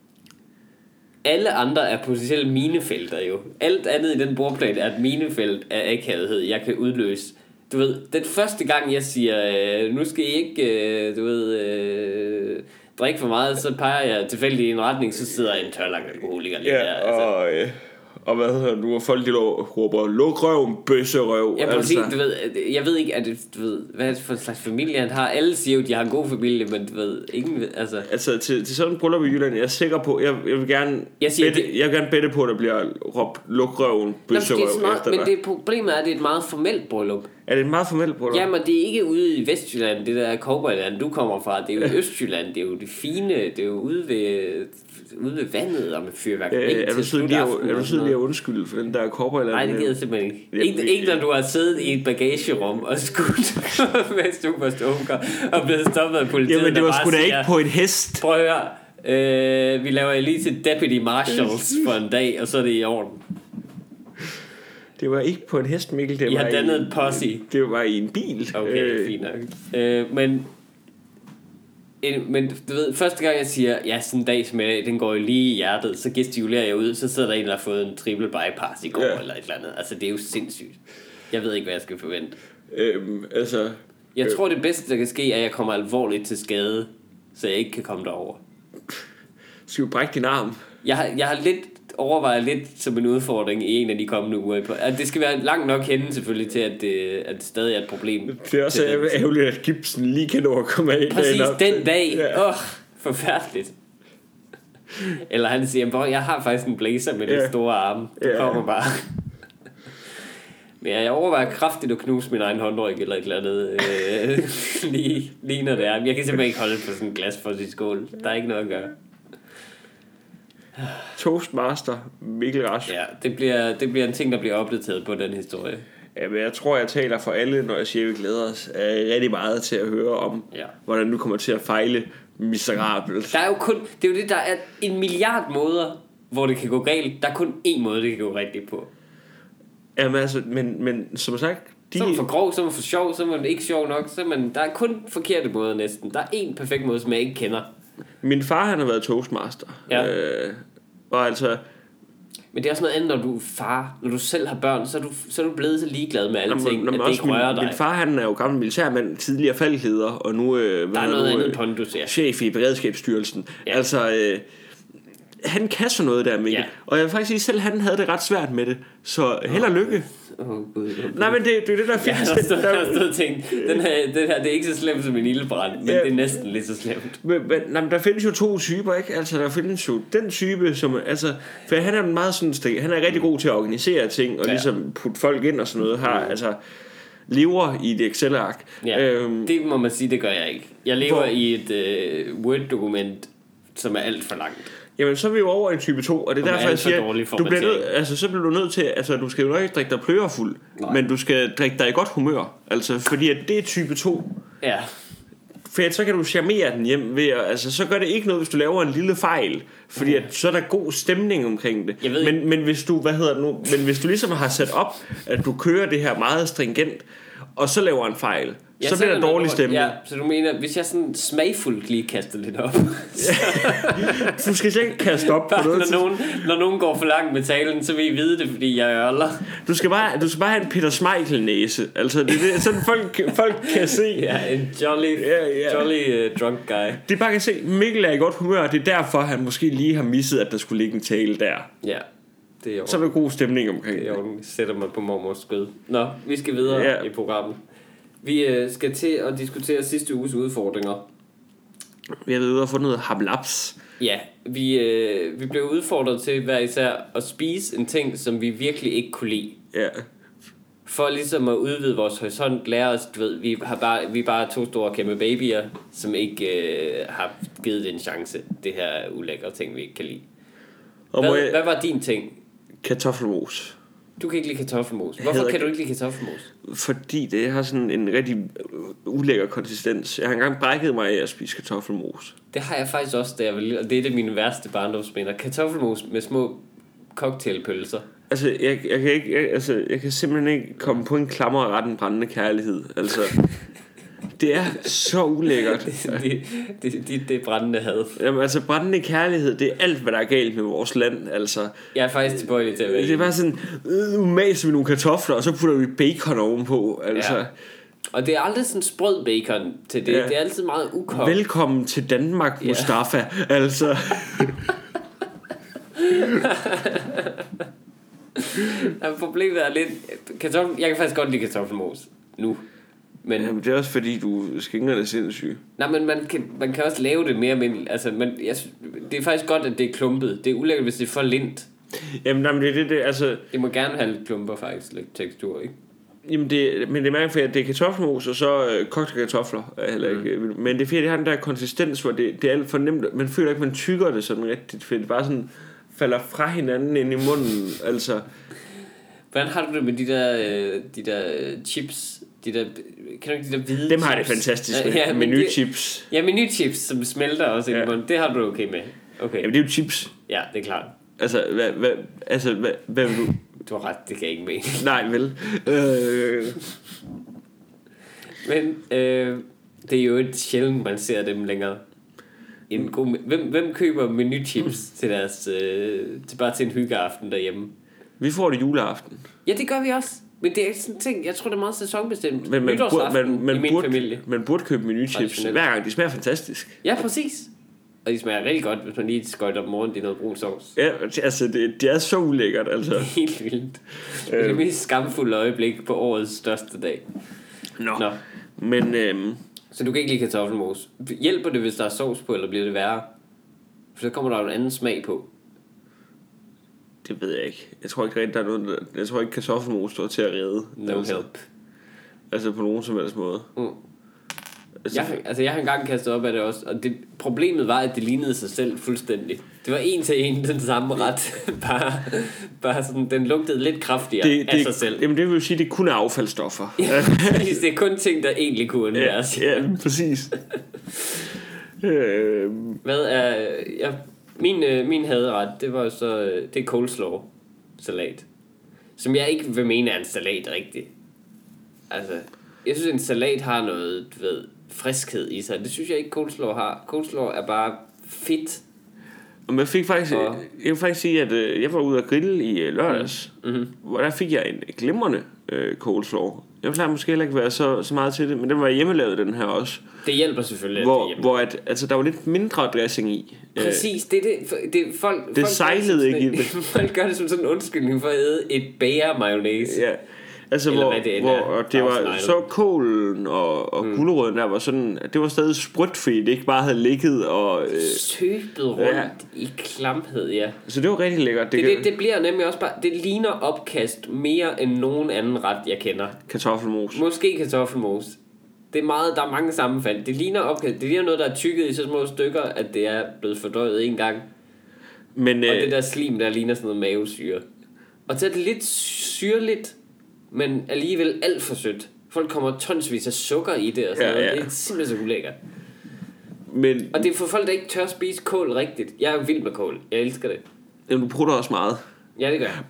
Alle andre er potentielle minefelter jo. Alt andet i den bordplan er et minefelt af akavethed, jeg kan udløse. Du ved, den første gang jeg siger, øh, nu skal I ikke, øh, du ved, øh, drikke for meget, så peger jeg tilfældigt i en retning, så sidder en tørlang alkoholiker lige der. Ja, Altså. og, øh, og hvad hedder nu, og folk de lo- råber, luk røven, bøsserøv. Ja, præcis, du ved, jeg ved ikke, at det, du ved, hvad er det for en slags familie han har. Alle siger jo, de har en god familie, men du ved, ingen ved, altså... Altså til, til sådan en bryllup i Jylland, jeg er sikker på, jeg, jeg vil gerne Jeg siger, bette, det- jeg vil gerne bette på, at der bliver råbt, luk røven, Nå, men det er bøsserøv så meget, efter men dig. det problemet er, at det er et meget formelt bryllup. Er det et meget formelt bryllup? Jamen, det er ikke ude i Vestjylland, det der cowboyland, du kommer fra. Det er jo i Østjylland, det er jo det fine, det er jo ude ved, ude ved vandet og med fyrværkeri Øh, er du til sød lige, slutaften at- er og du sådan sød lige at noget. undskylde for den der cowboyland? Nej, det gider jeg simpelthen ikke. Jamen, Ikke, det- ikke når du har siddet i et bagagerum og skudt med Superstunker og blevet stoppet af politiet. Jamen, det der var bare sgu da siger, ikke på en hest. Prøv at høre, øh, vi laver lige til Deputy Marshals for en dag, og så er det i orden. Det var ikke på en hest, Mikkel. Det I var har i- dannet en posse. Det var i en bil. Okay, øh. fint nok. Øh, men, en, men du ved, første gang jeg siger, ja, sådan en dag som i dag, den går jo lige i hjertet, så gestikulerer jeg ud, så sidder der en, der har fået en triple bypass i går, Ja. eller et eller andet. Altså, det er jo sindssygt. Jeg ved ikke, hvad jeg skal forvente. Øhm, altså, Jeg Øh. tror, det bedste, der kan ske, er, at jeg kommer alvorligt til skade, så jeg ikke kan komme derover. skal vi brække din arm? Jeg har, jeg har lidt overvejer lidt som en udfordring i en af de kommende uger. At det skal være langt nok henne selvfølgelig til, at det, at det stadig er et problem. Det er også ærgerligt, at Gibson lige kan nå at komme af. Præcis, den dag. Åh, ja. oh, forfærdeligt. Eller han siger, jeg har faktisk en blazer med ja. det store arme. Du ja. kommer bare. Men jeg overvejer kraftigt at knuse min egen håndryg eller et eller andet. Øh, lige, lige når det er. Jeg kan simpelthen ikke holde på sådan en glas for sit skål. Der er ikke noget at gøre. Toastmaster Mikkel Rask. Ja, det bliver, det bliver en ting, der bliver opdateret på den historie. Ja, men jeg tror, jeg taler for alle, når jeg siger, at vi glæder os er rigtig meget til at høre om, ja. hvordan du kommer til at fejle miserabelt. Der er jo kun, det er jo det, der er en milliard måder, hvor det kan gå galt. Der er kun én måde, det kan gå rigtigt på. Jamen altså, men, men som sagt... De... Så er man for grov, så er man for sjov, så er man ikke sjov nok. Så er man, der er kun forkerte måder næsten. Der er én perfekt måde, som jeg ikke kender. Min far, han har været toastmaster. Ja. Øh, og altså... Men det er også noget andet, når du er far. Når du selv har børn, så er du, så er du blevet så ligeglad med alle ting, at det ikke rører dig. Min far, han er jo gammel militærmand, tidligere falkleder, og nu, øh, der er noget nu, andet pondus, ja. chef i Beredskabsstyrelsen. Ja. Altså, øh, han kan sådan noget der, Mikkel. Ja. Og jeg vil faktisk sige, selv han havde det ret svært med det. Så held og lykke. Åh, oh, Gud. Nej, men det, det er det, der er fint. Jeg har stået, jeg har stået og tænkt, den her, den her, det er ikke så slemt som en ildebrand, men ja. det er næsten lige så slemt. Men, men, nej, men der findes jo to typer, ikke? Altså, der findes jo den type, som... Altså, for han er meget sådan... Han er rigtig god til at organisere ting, og ja. ligesom putte folk ind og sådan noget. Har, altså... lever i et Excel-ark. Ja, øhm, det må man sige, det gør jeg ikke. Jeg lever hvor, i et øh, Word-dokument, som er alt for langt. Jamen, så er vi jo over i type to, og det er derfor, jeg siger, du bliver nød, altså, så bliver du nødt til, altså, du skal jo nok ikke drikke dig plørefuld, men du skal drikke dig i godt humør, altså, fordi at det er type to. Ja. For så kan du charmere den hjem ved, altså, så gør det ikke noget, hvis du laver en lille fejl, fordi at, så er der god stemning omkring det. Men, men hvis du, hvad hedder det nu, men hvis du ligesom har sat op, at du kører det her meget stringent, og så laver en fejl, ja, så, så bliver der dårlig stemning. Ja, så du mener, hvis jeg sådan smagfuldt lige kaster lidt op. Du skal slet ikke kaste op på noget. Når nogen, når nogen går for langt med talen, så vil I vide det, fordi jeg ørler. Du skal bare, du skal bare have en Peter Schmeichel næse. Altså, det er sådan folk, folk kan se. Ja, en jolly, ja, ja. jolly uh, drunk guy. De bare kan se, Mikkel er i godt humør, det er derfor, han måske lige har misset, at der skulle ligge en tale der. Ja. Det er så er der god stemning omkring det. Jeg sætter mig på mormors skød. Nå, vi skal videre ja. i programmet. Vi øh, skal til at diskutere sidste uges udfordringer. Vi har været ude og få noget hamlaps. Ja, vi, øh, vi blev udfordret til hver især at spise en ting, som vi virkelig ikke kunne lide. Ja. For ligesom at udvide vores horisont, lære os, du ved, vi, har bare, vi er bare to store kæmpe babyer, som ikke øh, har givet det en chance. Det her ulækre ting, vi ikke kan lide. Hvad, jeg... hvad var din ting? Kartoffelmos. Du kan ikke lide kartoffelmos. Hvorfor kan du ikke lide kartoffelmos? Fordi det har sådan en rigtig ulækker konsistens. Jeg har engang brækket mig af at spise kartoffelmos. Det har jeg faktisk også, da jeg var lille, og det er det mine værste barndomsminder. Kartoffelmos med små cocktailpølser. Altså, jeg, jeg, kan ikke, jeg, altså, jeg kan simpelthen ikke komme på en klammer ret en brændende kærlighed. Altså... Det er så ulækkert. det, det, det, det er brændende had. Jamen altså brændende kærlighed, det er alt hvad der er galt med vores land. Altså, jeg er faktisk tilbøjelig til at være. Det er bare sådan, nu maser vi nogle kartofler, og så putter vi bacon ovenpå. Altså. Ja. Og det er aldrig sådan sprød bacon til det. Ja. Det er altid meget ukogt. Velkommen til Danmark, Mustafa. Ja. Altså. Problemet er lidt kartoffel. Jeg kan faktisk godt lide kartoffelmos nu. Men jamen, det er også fordi du skænger det sindssygt. Nej, men man kan, man kan også lave det mere, men altså, man, jeg, det er faktisk godt, at det er klumpet. Det er ulækkert, hvis det er for lint. Jamen, jamen det er det, det, altså... Det må gerne have lidt klumper, faktisk, lidt tekstur, ikke? Jamen, det, men det er mærkeligt, at det er kartoffelmos, og så øh, kogte kartofler, eller mm. ikke. Men det er fordi, det har den der konsistens, hvor det, det er alt for nemt. Man føler ikke, man tykker det sådan rigtigt, fordi det bare sådan falder fra hinanden ind i munden, altså... Hvordan har du det med de der, øh, de der chips? De der, kan du ikke de der hvide dem chips? har det fantastisk med. Ja, menuchips. Ja, menuchips, som smelter også ja. i munden. Det har du okay med. Okay. Jamen, det er jo chips. Ja, det er klart. Altså, hvad, hvad, altså, hvad, hvad vil du? Du har ret, det kan jeg ikke mene. Nej, vel. Øh. Men øh, det er jo et sjældent, man ser dem længere. En god, hvem, hvem køber menuchips til deres, øh, til bare til en hyggeaften derhjemme? Vi får det juleaften. Ja, det gør vi også. Men det er sådan en ting, jeg tror det er meget sæsonbestemt. Men man, burde, man, man, i min burde, familie. man burde købe menuchips hver gang, de smager fantastisk. Ja, præcis. Og de smager rigtig godt, hvis man lige skøjter dem rundt i noget brun sovs. Ja, altså det, det er så ulækkert, altså. Helt vildt. Det er det mest skamfulde øjeblik på årets største dag. Nå. Nå. Men, øhm... Så du kan ikke lide kartoffelmos. Hjælper det, hvis der er sovs på, eller bliver det værre? For så kommer der jo en anden smag på. Det ved jeg ikke. Jeg tror ikke rigtig, der er noget, der... Jeg tror ikke, kartoffelmos står til at redde. No altså. help. Altså på nogen som helst måde. Mm. Altså, jeg, altså jeg har engang kastet op af det også. Og det, problemet var, at det lignede sig selv fuldstændig. Det var en til en den samme ret. bare, bare sådan, den lugtede lidt kraftigere det, af det, sig selv. Jamen det vil jo sige, at det kun er affaldsstoffer. Ja, præcis. Det er kun ting, der egentlig kunne undværes. Ja, ja, præcis. øh... Hvad er... Ja, min, øh, min haderet, det var så... Øh, det er coleslaw salat. Som jeg ikke vil mene er en salat rigtigt. Altså... Jeg synes, en salat har noget, du ved, friskhed i sig. Det synes jeg ikke, coleslaw har. Coleslaw er bare fedt. Og jeg fik faktisk, og... jeg vil faktisk sige, at øh, jeg var ude at grille i øh, lørdags, mm-hmm. hvor der fik jeg en glimrende øh, coleslaw. Jeg vil måske heller ikke være så, så meget til det, men den var hjemmelavet, den her også. Det hjælper selvfølgelig, hvor, at det hvor at, altså, der var lidt mindre dressing i. Præcis, det er det, det folk, det folk sejlede ikke i det. Folk gør det som sådan en undskyldning for at æde et bager-mayonnaise. Ja. Altså eller hvor, det, hvor og det var så kålen og, og mm. gulerøden der var sådan, det var stadig sprødt, fordi det ikke bare havde ligget og øh, søbet rundt ja. i klamhed, ja. Så det var rigtig lækkert. Det, det, det bliver nemlig også bare, det ligner opkast mere end nogen anden ret jeg kender. Kartoffelmos. Måske kartoffelmos. Det er meget, der er mange sammenfald. Det ligner opkast. Det ligner noget, der er tykket i så små stykker, at det er blevet fordøjet en gang. Men, og øh, det der slim der ligner sådan noget mavesyre. Og så er det lidt syrligt, men alligevel alt for sødt. Folk kommer tonsvis af sukker i det og sådan ja, noget. Ja. Det er simpelthen så ulækkert. Men, og det er for folk, der ikke tør spise kål rigtigt. Jeg er vild med kål. Jeg elsker det. Jamen, du prutter også meget. Ja, det gør jeg.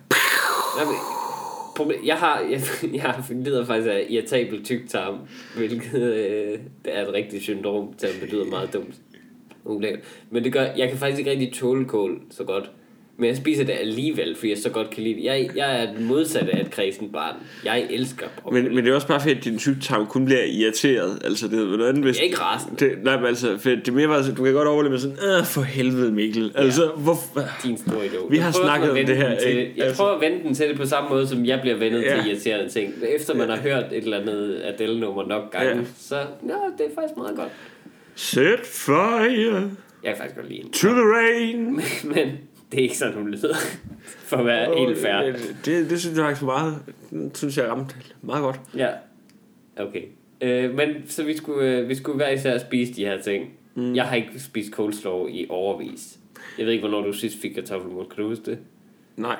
Jeg har, jeg, jeg har lider faktisk af irritabel tyktarm, hvilket øh, det er et rigtigt syndrom, selvom det lyder meget dumt. Ulækkert. Men det gør, jeg kan faktisk ikke rigtig tåle kål så godt. Men jeg spiser det alligevel, fordi jeg så godt kan lide det. Jeg, jeg er den modsatte af et kræsent barn. Jeg elsker broccoli. Men, men det er også bare fordi, at din tyktarm kun bliver irriteret. Altså, det er noget andet, hvis... Det er ikke rasende. Det, nej, men altså, for det er mere bare, du kan godt overleve med sådan, øh, for helvede Mikkel. Altså, ja. Hvorfor... Din store idiot. Vi har snakket om det her, til, ikke? Jeg altså... prøver at vende den til det på samme måde, som jeg bliver vendet ja. til irriterende ting. Efter man har hørt et eller andet Adele-nummer nok gange, ja. så ja, det er faktisk meget godt. Set fire. Jeg kan faktisk godt lide den. To the rain. Men... Det er ikke sådan, hun lyder. For at være oh, helt fair. Det, det, det synes jeg faktisk meget. Det synes jeg ramte meget godt. Ja. Okay. Øh, men så vi skulle, øh, vi skulle hver især spise de her ting. Mm. Jeg har ikke spist coleslaw i overvis. Jeg ved ikke, hvornår du sidst fik kartoffelmos. Kan du huske det? Nej.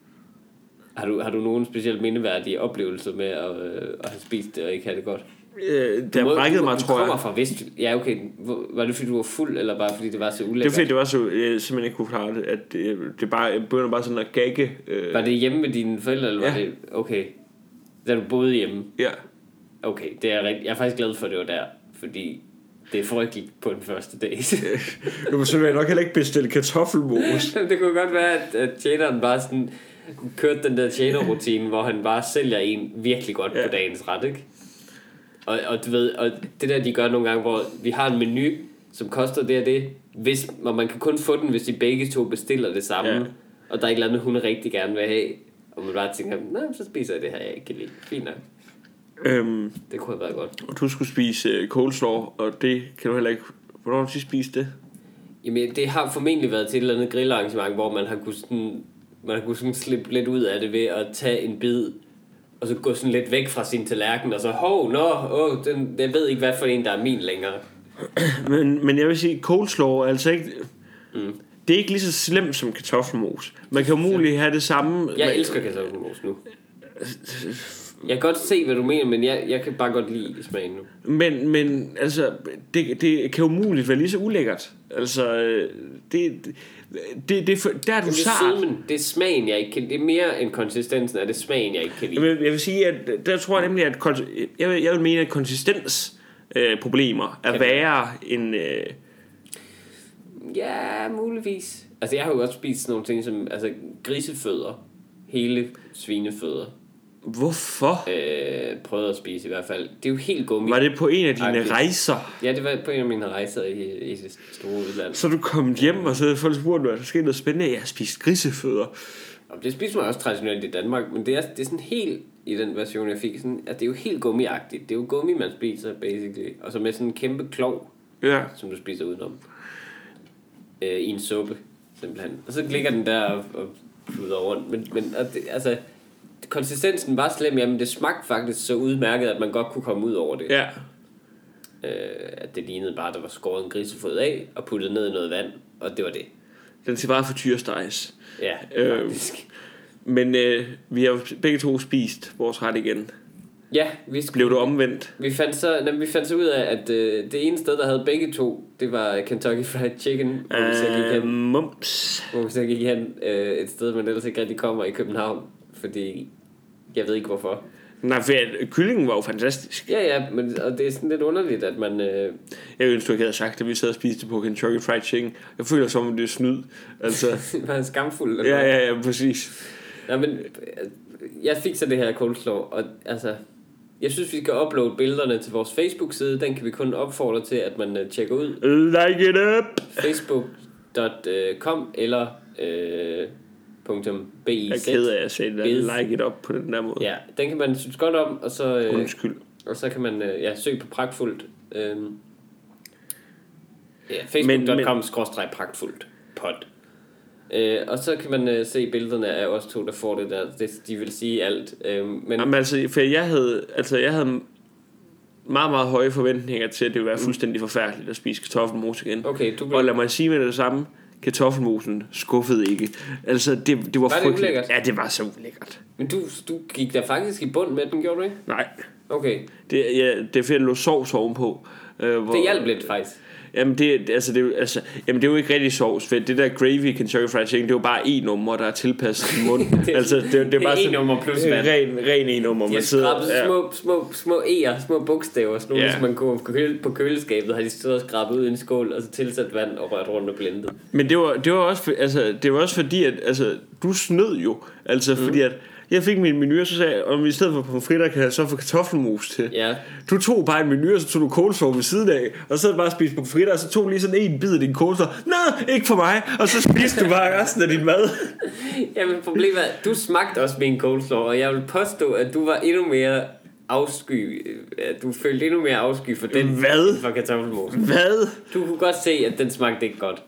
Har du, har du nogen specielt mindeværdige oplevelser med at, øh, at have spist det og ikke have det godt? Øh, det har brækket mig, tror jeg. Du kommer fra Vest. Ja, okay. Var det fordi du var fuld, eller bare fordi det var så ulækkert? Det var fordi det var så, jeg simpelthen ikke kunne klare det. At det, det bare, jeg begynder bare sådan at gagge. Øh. Var det hjemme med dine forældre, eller var ja. det... Okay. Da du boede hjemme? Ja. Okay, det er rigtig... Jeg er faktisk glad for, at det var der. Fordi det er frygteligt på den første dag. Du må selvfølgelig nok heller ikke bestille kartoffelmos. Det kunne godt være, at, at tjeneren bare sådan... kørte den der tjenerrutine, hvor han bare sælger en virkelig godt ja. på dagens ret, ikke? Og, og du ved, og det der de gør nogle gange, hvor vi har en menu, som koster det og det, hvis, og man kan kun få den, hvis de begge to bestiller det samme, ja. og der er et eller andet, hun rigtig gerne vil have, og man bare tænker, nej, så spiser jeg det her, jeg ikke kan lide. Fint nok. Øhm, det kunne have været godt. Og du skulle spise uh, coleslaw, og det kan du heller ikke. Hvornår har du sidst spist det? Jamen, det har formentlig været til et eller andet grillarrangement, hvor man har kunnet sådan, man har kunnet sådan slippe lidt ud af det ved at tage en bid, og så gå sådan lidt væk fra sin tallerken, og så, hov, nå, åh, den, jeg ved ikke, hvad for en, der er min længere. Men, men jeg vil sige, coleslaw er altså ikke... Mm. Det er ikke lige så slemt som kartoffelmos. Man kan jo muligt have det samme... Jeg man, elsker kartoffelmos nu. Jeg kan godt se, hvad du mener, men jeg, jeg kan bare godt lide smagen nu. Men, men altså, det, det kan jo muligt være lige så ulækkert. Altså, det... det Det, det, der er du sart. Det er smagen, jeg ikke kan. Det er mere end konsistensen af det smagen, jeg ikke kan lide. Jeg vil, jeg vil sige, at der tror jeg nemlig, at jeg vil, jeg vil mene, at konsistensproblemer øh, er værre end. Øh... Ja, muligvis. Altså, jeg har jo også spist sådan nogle ting som altså grisefødder, hele svinefødder. Hvorfor? Øh, prøvede at spise i hvert fald. Det er jo helt gummi. Var det på en af dine Agtigt. rejser? Ja, det var på en af mine rejser i, i det store udland. Så du kom hjem, og så folk spurgte, at der skete noget spændende. Jeg har spist grisefødder. Og det spiser man også traditionelt i Danmark, men det er, det er sådan helt, i den version jeg fik, sådan, at det er jo helt gummiagtigt. Det er jo gummi, man spiser, basically. Og så med sådan en kæmpe klov, Ja. som du spiser udenom. Øh, I en suppe, simpelthen. Og så ligger den der og, og flyder rundt. Men, men og det, altså, konsistensen var slem, jamen det smagte faktisk så udmærket, at man godt kunne komme ud over det. Ja. Øh, at det lignede bare, at der var skåret en grisefod af, og puttet ned i noget vand, og det var det. Den skal bare for tyrestejes. Ja, Øh, faktisk. Men øh, vi har jo begge to spist vores ret igen. Ja, vi skulle, Blev du omvendt? Vi fandt så, nej, vi fandt så ud af, at øh, det ene sted, der havde begge to, det var Kentucky Fried Chicken, hvor vi så gik hen, Uh, mums. hvor vi så gik hen øh, et sted, man ellers ikke rigtig kommer i København, fordi jeg ved ikke hvorfor. Nej, for ja, kyllingen var jo fantastisk. Ja, ja, men og det er sådan lidt underligt, at man... Øh, Jeg ønsker, du ikke havde sagt, at vi sad og spiste på Kentucky Fried Chicken. Jeg føler som om det er snyd. Altså. var skamfuld. Eller Ja, ja, ja, præcis. Nej, men øh, jeg fik så det her coleslaw, og altså... Jeg synes, vi skal uploade billederne til vores Facebook-side. Den kan vi kun opfordre til, at man uh, tjekker ud. Like it up! facebook punktum com eller uh, Jeg er ked af at sige det. Like it up på den der måde. Ja, den kan man synes godt om, og så, uh, Undskyld. og så kan man uh, ja, søge på pragtfuldt. Uh, ja, facebook punktum com skråstreg pragtfuldt pod. Uh, og så kan man uh, se billederne af os to, der får det der. Det, de vil sige alt. Uh, men Jamen altså, for jeg havde, altså jeg havde meget, meget høje forventninger til, at det ville være fuldstændig forfærdeligt at spise kartoffelmos igen. okay, du blev... Og lad mig sige med det samme, kartoffelmosen skuffede ikke. Altså, det, det var, Var det frygteligt. ulækkert? Ja, det var så ulækkert. Men du, du gik der faktisk i bund med den, gjorde du ikke? Nej, Okay, det, ja, det er fordi, der lå sovs ovenpå. Øh, hvor, det hjalp lidt faktisk. Jamen det, altså det, altså, jamen det er jo ikke rigtig sovs, for det der gravy Kentucky Fried Chicken, det er jo bare e-nummer, der er tilpasset din mund. det, altså, det, det, det er bare er e-nummer plus vand. Ren, ren e-nummer. De har man sidder- skrabet ja. små, små, små E'er, små bogstaver, sådan nogle, Ja. som man går på, køle, på køleskabet, har de stået og skrabet ud i en skål, og så tilsat vand og rørt rundt og blendet. Men det var, det var også, for- altså, det var også fordi, at altså, du snød jo. Altså, mm. fordi at jeg fik min menu, og så sagde jeg, om i stedet for pomfritter, kan jeg så få kartoffelmos til. Ja, Du tog bare en menu, og så tog du kålsov ved siden af, og så bare spiste pomfritter, og så tog lige sådan en bid af din kålsov. Nej, ikke for mig. Og så spiste du bare resten af din mad. jamen problemet er, du smagte også min coleslaw, og jeg vil påstå, at du var endnu mere afsky, at du følte endnu mere afsky for den Hvad? for kartoffelmos. Hvad? Du kunne godt se, at den smagte ikke godt.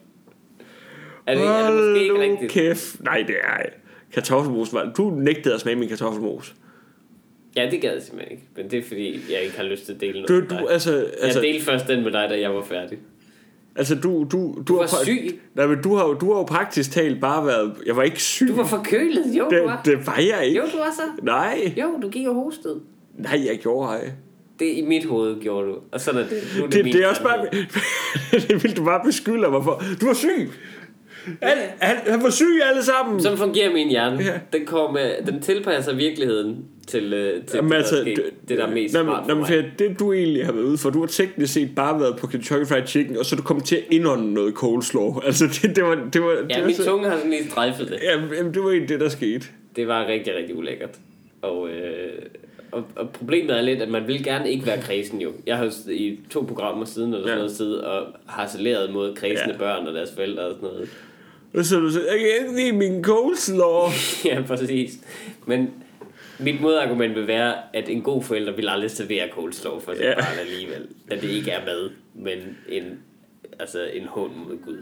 Er det, er det måske ikke Hold nu rigtigt? kæft. Nej, det er kartoffelmos. var- Du nægtede at smage min kartoffelmos. Ja, det gad jeg simpelthen ikke. Men det er fordi, jeg ikke har lyst til at dele noget Du, med du, dig. altså, Jeg altså, delte først den med dig, da jeg var færdig. altså, du, du, du, Du var har pra- syg. Nej, men du har, jo- du har jo praktisk talt bare været. Jeg var ikke syg. Du var forkølet, jo det, du var. det var jeg ikke. Jo, du var så. Nej, Jo, du gik og hostede. nej, jeg gjorde ej. Det i mit hoved gjorde du. Og sådan er det. Nu er Det, min det er også bare. sandhed. Det vil du bare beskylde mig for. Du var syg. Han, han, han var syg alle sammen. Sådan fungerer min hjerne. Ja. Den, kommer, den tilpasser virkeligheden til, øh, til Jamen, det, altså, der sker. det- det, der er mest Nå, smart men- for nå, men mig. det du egentlig har været ude for, du har teknisk set bare været på Kentucky Fried Chicken, og så er du kommet til at indånde noget coleslaw. Altså det, det var det var det Ja, var min så, tunge har sådan lige strejfet det. Jamen, jamen, det var egentlig det der skete. Det var rigtig, rigtig ulækkert. Og, øh, og, og problemet er lidt, at man vil gerne ikke være kredsen jo. Jeg har jo s- i to programmer siden eller sådan Ja. noget siddet og harceleret mod kredsende Ja. børn og deres forældre og sådan noget. Og så er du så, jeg kan ikke lide min coleslaw. Ja, præcis. Men mit modargument vil være, at en god forælder vil aldrig servere coleslaw for sit Ja. barn alligevel. Da det ikke er mad, men en, altså en hån mod Gud.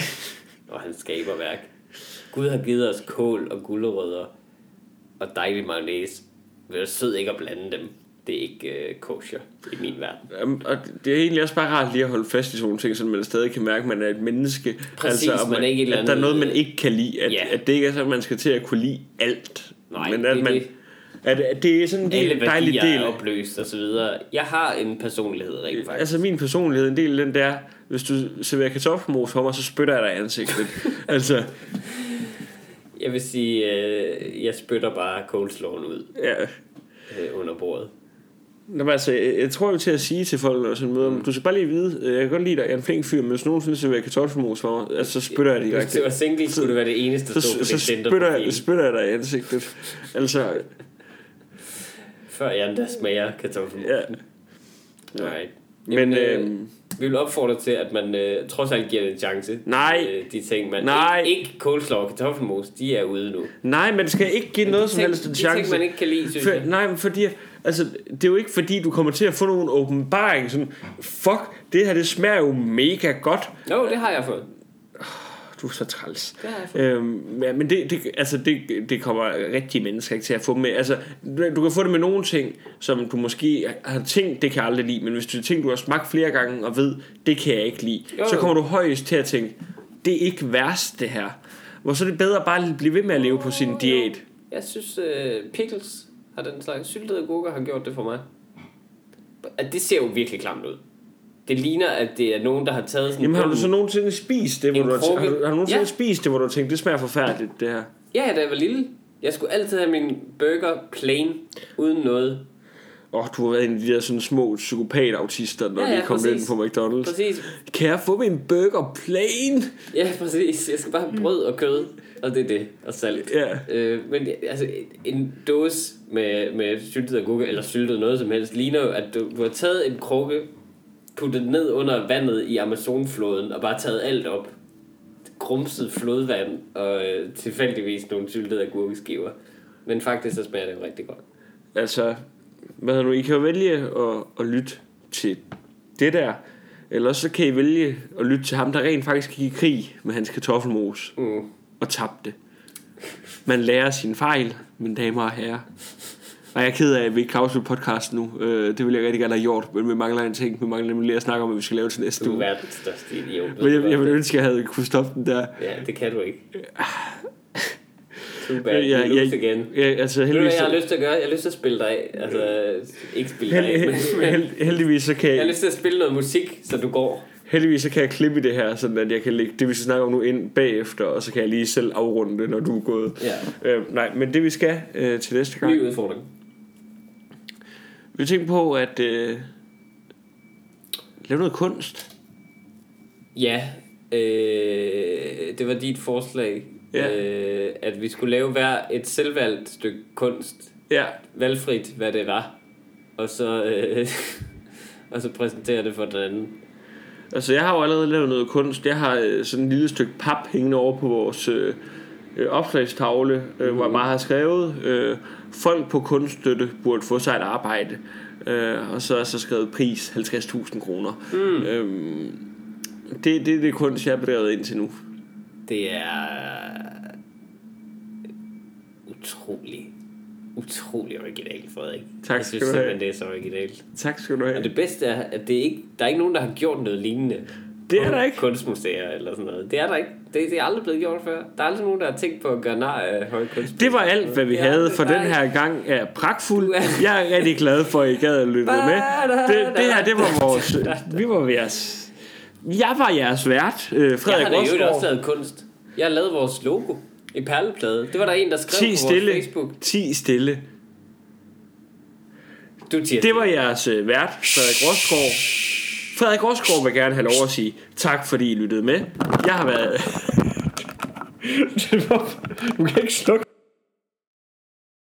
Og hans skaberværk. Gud har givet os kål og gulerødder og dejlig mayonnaise. Vær sød ikke at blande dem. Det er ikke uh, kosher i min verden. Jamen, og det er egentlig også bare rart lige at holde fast i sådan nogle ting, så man stadig kan mærke, at man er et menneske. Præcis, og man er ikke et eller at der er noget, man andet- ikke kan lide. At, Ja. at det ikke er sådan, at man skal til at kunne lide alt. Nej, men det at er man, det. At, at det er sådan en Alle del, dejlig værdier del. er opløst og så videre. Jeg har en personlighed rent faktisk. Altså min personlighed, en del af den der, hvis du serverer kartoffelmos for mig, så spytter jeg dig i ansigtet. altså, Jeg vil sige, øh, jeg spytter bare coleslawen ud ja. øh, under bordet. Nå, men altså, jeg, jeg tror jo til at sige til folk, når sådan møder, mm. du skal bare lige vide, jeg kan godt lide dig, jeg er en flink fyr, men hvis nogen synes, at jeg kartoffelmos for mig, altså, så spytter jeg det Hvis direkte. det var single, skulle det være det eneste, der Så, stod på så det spytter, jeg, spytter jeg dig i ansigtet. Altså, Før jeg endda smager kartoffelmos. Ja. Alright. Men øh, øh, vi vil opfordre til, at man øh, trods alt giver det en chance. Nej. Øh, de ting, man Nej. ikke, ikke coleslaw og kartoffelmos, de er ude nu. nej, man skal ikke give Men noget de som ting, helst en de chance. ting, man ikke kan lide, synes For, jeg. nej, men fordi at, altså, det er jo ikke fordi du kommer til at få nogen åbenbaring sådan, fuck, det her det smager jo mega godt. Jo, det har jeg fået. Du er så træls. Det har jeg fået. Øhm, ja, men det, det, altså det, det kommer rigtige mennesker ikke til at få med. Altså, du kan få det med nogle ting, som du måske har tænkt, det kan jeg aldrig lide. Men hvis du tænker, du har smagt flere gange og ved, det kan jeg ikke lide, Jo. så kommer du højst til at tænke, det er ikke værst det her. Hvor så er det bedre bare at blive ved med at leve på sin diæt. Jeg synes, uh, pickles har den slags syltede agurker har gjort det for mig. At det ser jo virkelig klamt ud. Det ligner, at det er nogen, der har taget sådan... Jamen har du så nogensinde spist det, hvor En du har, krukke? har, du, har du nogensinde Ja. spist det, hvor du har tænkt, det smager forfærdeligt det her? Ja, da jeg var lille. Jeg skulle altid have min burger plain, uden noget. Åh, oh, du har været en af de der sådan små psykopat-autister, når Ja, ja, de kom præcis. ind på McDonald's. Præcis. Kan jeg få min burger plain? Ja, præcis. Jeg skal bare have brød og kød, og det er det. Og salt. Ja. Øh, men altså, en dåse med, med syltet agurke, eller syltet noget som helst, ligner jo, at du, du har taget en krukke, puttet ned under vandet i Amazonfloden, og bare taget alt op. Grumset flodvand, og øh, tilfældigvis nogle syltede agurkeskiver. Men faktisk så smager det jo rigtig godt. Altså, hvad hedder nu, I kan jo vælge at, at lytte til det der, eller så kan I vælge at lytte til ham, der rent faktisk gik i krig med hans kartoffelmos Mm. og tabte. Man lærer sine fejl, mine damer og herrer. Og jeg er ked af, at vi ikke kan afslutte podcast nu. Øh, det ville jeg rigtig gerne have gjort, men vi mangler en ting. Vi mangler nemlig lige at snakke om, hvad vi skal lave til næste Du er uge. verdens største idiot. Men jeg, jeg ville ønske, at jeg havde kunne stoppe den der. Ja, det kan du ikke. Too bad, Ja, you lose ja, again. ja, altså Ved du, hvad heldigvis, jeg har lyst til at gøre? Jeg har lyst til at spille dig af. Altså, ikke spille dig held, af, men, held, men held, heldigvis så kan jeg har jeg, lyst til at spille noget musik, så du går. heldigvis så kan jeg klippe i det her, sådan at jeg kan lægge det, vi skal snakke om nu, ind bagefter, og så kan jeg lige selv afrunde det, når du er gået. Ja. Øh, nej, men det vi skal øh, til næste gang. Ny udfordring. Vi tænker på at øh, lave noget kunst. Ja, øh, det var dit forslag, Ja. øh, at vi skulle lave hver et selvvalgt stykke kunst, Ja, valgfrit hvad det var, og så, øh, og så præsentere det for den anden. altså jeg har jo allerede lavet noget kunst. Jeg har øh, sådan et lille stykke pap hængende over på vores øh, øh, opslagstavle, øh, mm. hvor jeg bare har skrevet øh, folk på kunststøtte burde få sig et arbejde, øh, og så er så skrevet pris halvtreds tusind kroner. Mm. øhm, det, det er det kunst jeg har bedrevet indtil nu. Det er utrolig, utrolig originalt, Frederik. Tak Jeg skal synes du have. simpelthen, det er så originalt. Tak skal du have. Og det bedste er, at det ikke, der er ikke nogen, der har gjort noget lignende. Det er på der ikke. Kunstmuseer eller sådan noget. Det er der ikke. Det, det er aldrig blevet gjort før. Der er aldrig nogen, der har tænkt på at gøre nar af høje kunstmuseer. Det var alt, hvad vi Det er havde aldrig- for der den er her gang af pragtfuld. Jeg er rigtig glad for, at I gad at lytte med. Det, det her, det var vores... Vi var jeres... Jeg var jeres vært, øh, Jeg Frederik har da jo også Rosgaard. lavet kunst. Jeg har lavet vores logo i perleplade. Det var der en, der skrev Ti på vores stille. Facebook. Ti stille. Du siger Det var jeres øh, vært, Frederik Rosgaard. Frederik Rosgaard vil gerne have lov at sige tak, fordi I lyttede med. Jeg har været... Du kan ikke slukke